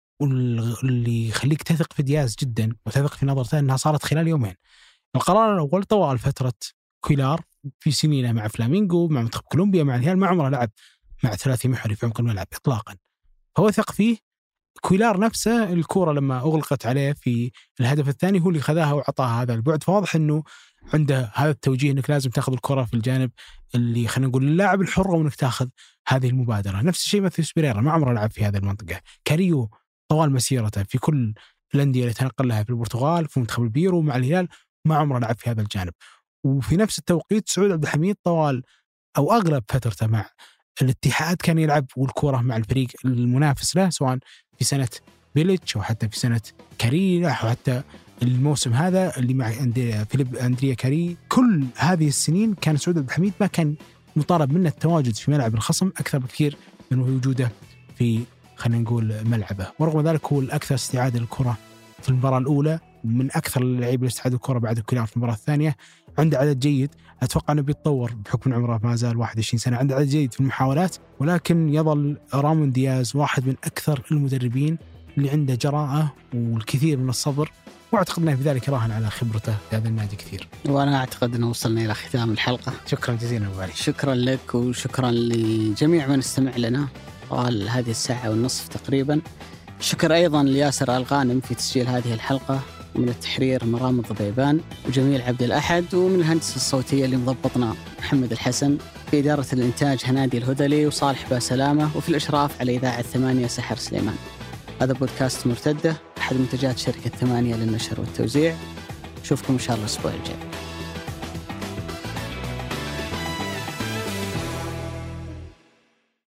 واللي يخليك تثق في دياز جدا وتثق في نظرته أنها صارت خلال يومين. القرار الأول طوال فترة كويلار في سنينه مع فلامينغو، مع منتخب كولومبيا، مع الهلال، ما عمره لعب مع ثلاثي محوري في عمق الملعب إطلاقا. هو ثق فيه. كويلار نفسه الكرة لما أغلقت عليه في الهدف الثاني هو اللي خذاها وعطاها هذا البعد، فواضح أنه عنده هذا التوجيه أنك لازم تأخذ الكرة في الجانب اللي خلينا نقول اللاعب الحر، وأنك تأخذ هذه المبادرة. نفس الشيء ماثيوس بيريرا ما عمره لعب في هذه المنطقة. كاريو طوال مسيرته في كل الأندية اللي تنقل لها في البرتغال، في منتخب البيرو مع الهلال، ما عمره لعب في هذا الجانب. وفي نفس التوقيت سعود عبد الحميد طوال أو أغلب فترته مع الاتحاد كان يلعب والكرة مع الفريق المنافس له، سواء في سنة بيليتش أو حتى في سنة كاري، أو حتى الموسم هذا اللي مع فيليب أندريا كاري. كل هذه السنين كان سعود عبد الحميد ما كان مطالب منه التواجد في ملعب الخصم أكثر بكثير من وجوده في خلينا نقول ملعبه. ورغم ذلك هو الأكثر استعادة للكرة في المباراة الأولى، من أكثر اللعيبة اللي استعادوا الكرة بعد كولار في المباراة الثانية. عنده عدد جيد، أتوقع أنه بيتطور بحكم عمره ما زال 21 سنة. عنده عدد جيد في المحاولات، ولكن يظل رامون دياز واحد من أكثر المدربين اللي عنده جراءة والكثير من الصبر، واعتقد أنه بذلك راهن على خبرته في هذا النادي كثير. وأنا أعتقد أنه وصلنا إلى ختام الحلقة. شكرا جزيلا أبو علي. شكرا لك وشكرا لجميع من استمع لنا طوال هذه الساعة والنصف تقريبا. شكر أيضا لياسر الغانم في تسجيل هذه الحلقة، ومن التحرير مرام الضبيبان وجميل عبد الأحد، ومن الهندسة الصوتية اللي مضبطنا محمد الحسن، في إدارة الإنتاج هنادي الهذلي وصالح باسلامة، وفي الإشراف على إذاعة 8 سحر سليمان. هذا بودكاست مرتدة، أحد منتجات شركة 8 للنشر والتوزيع. نشوفكم إن شاء الله الأسبوع الجاي.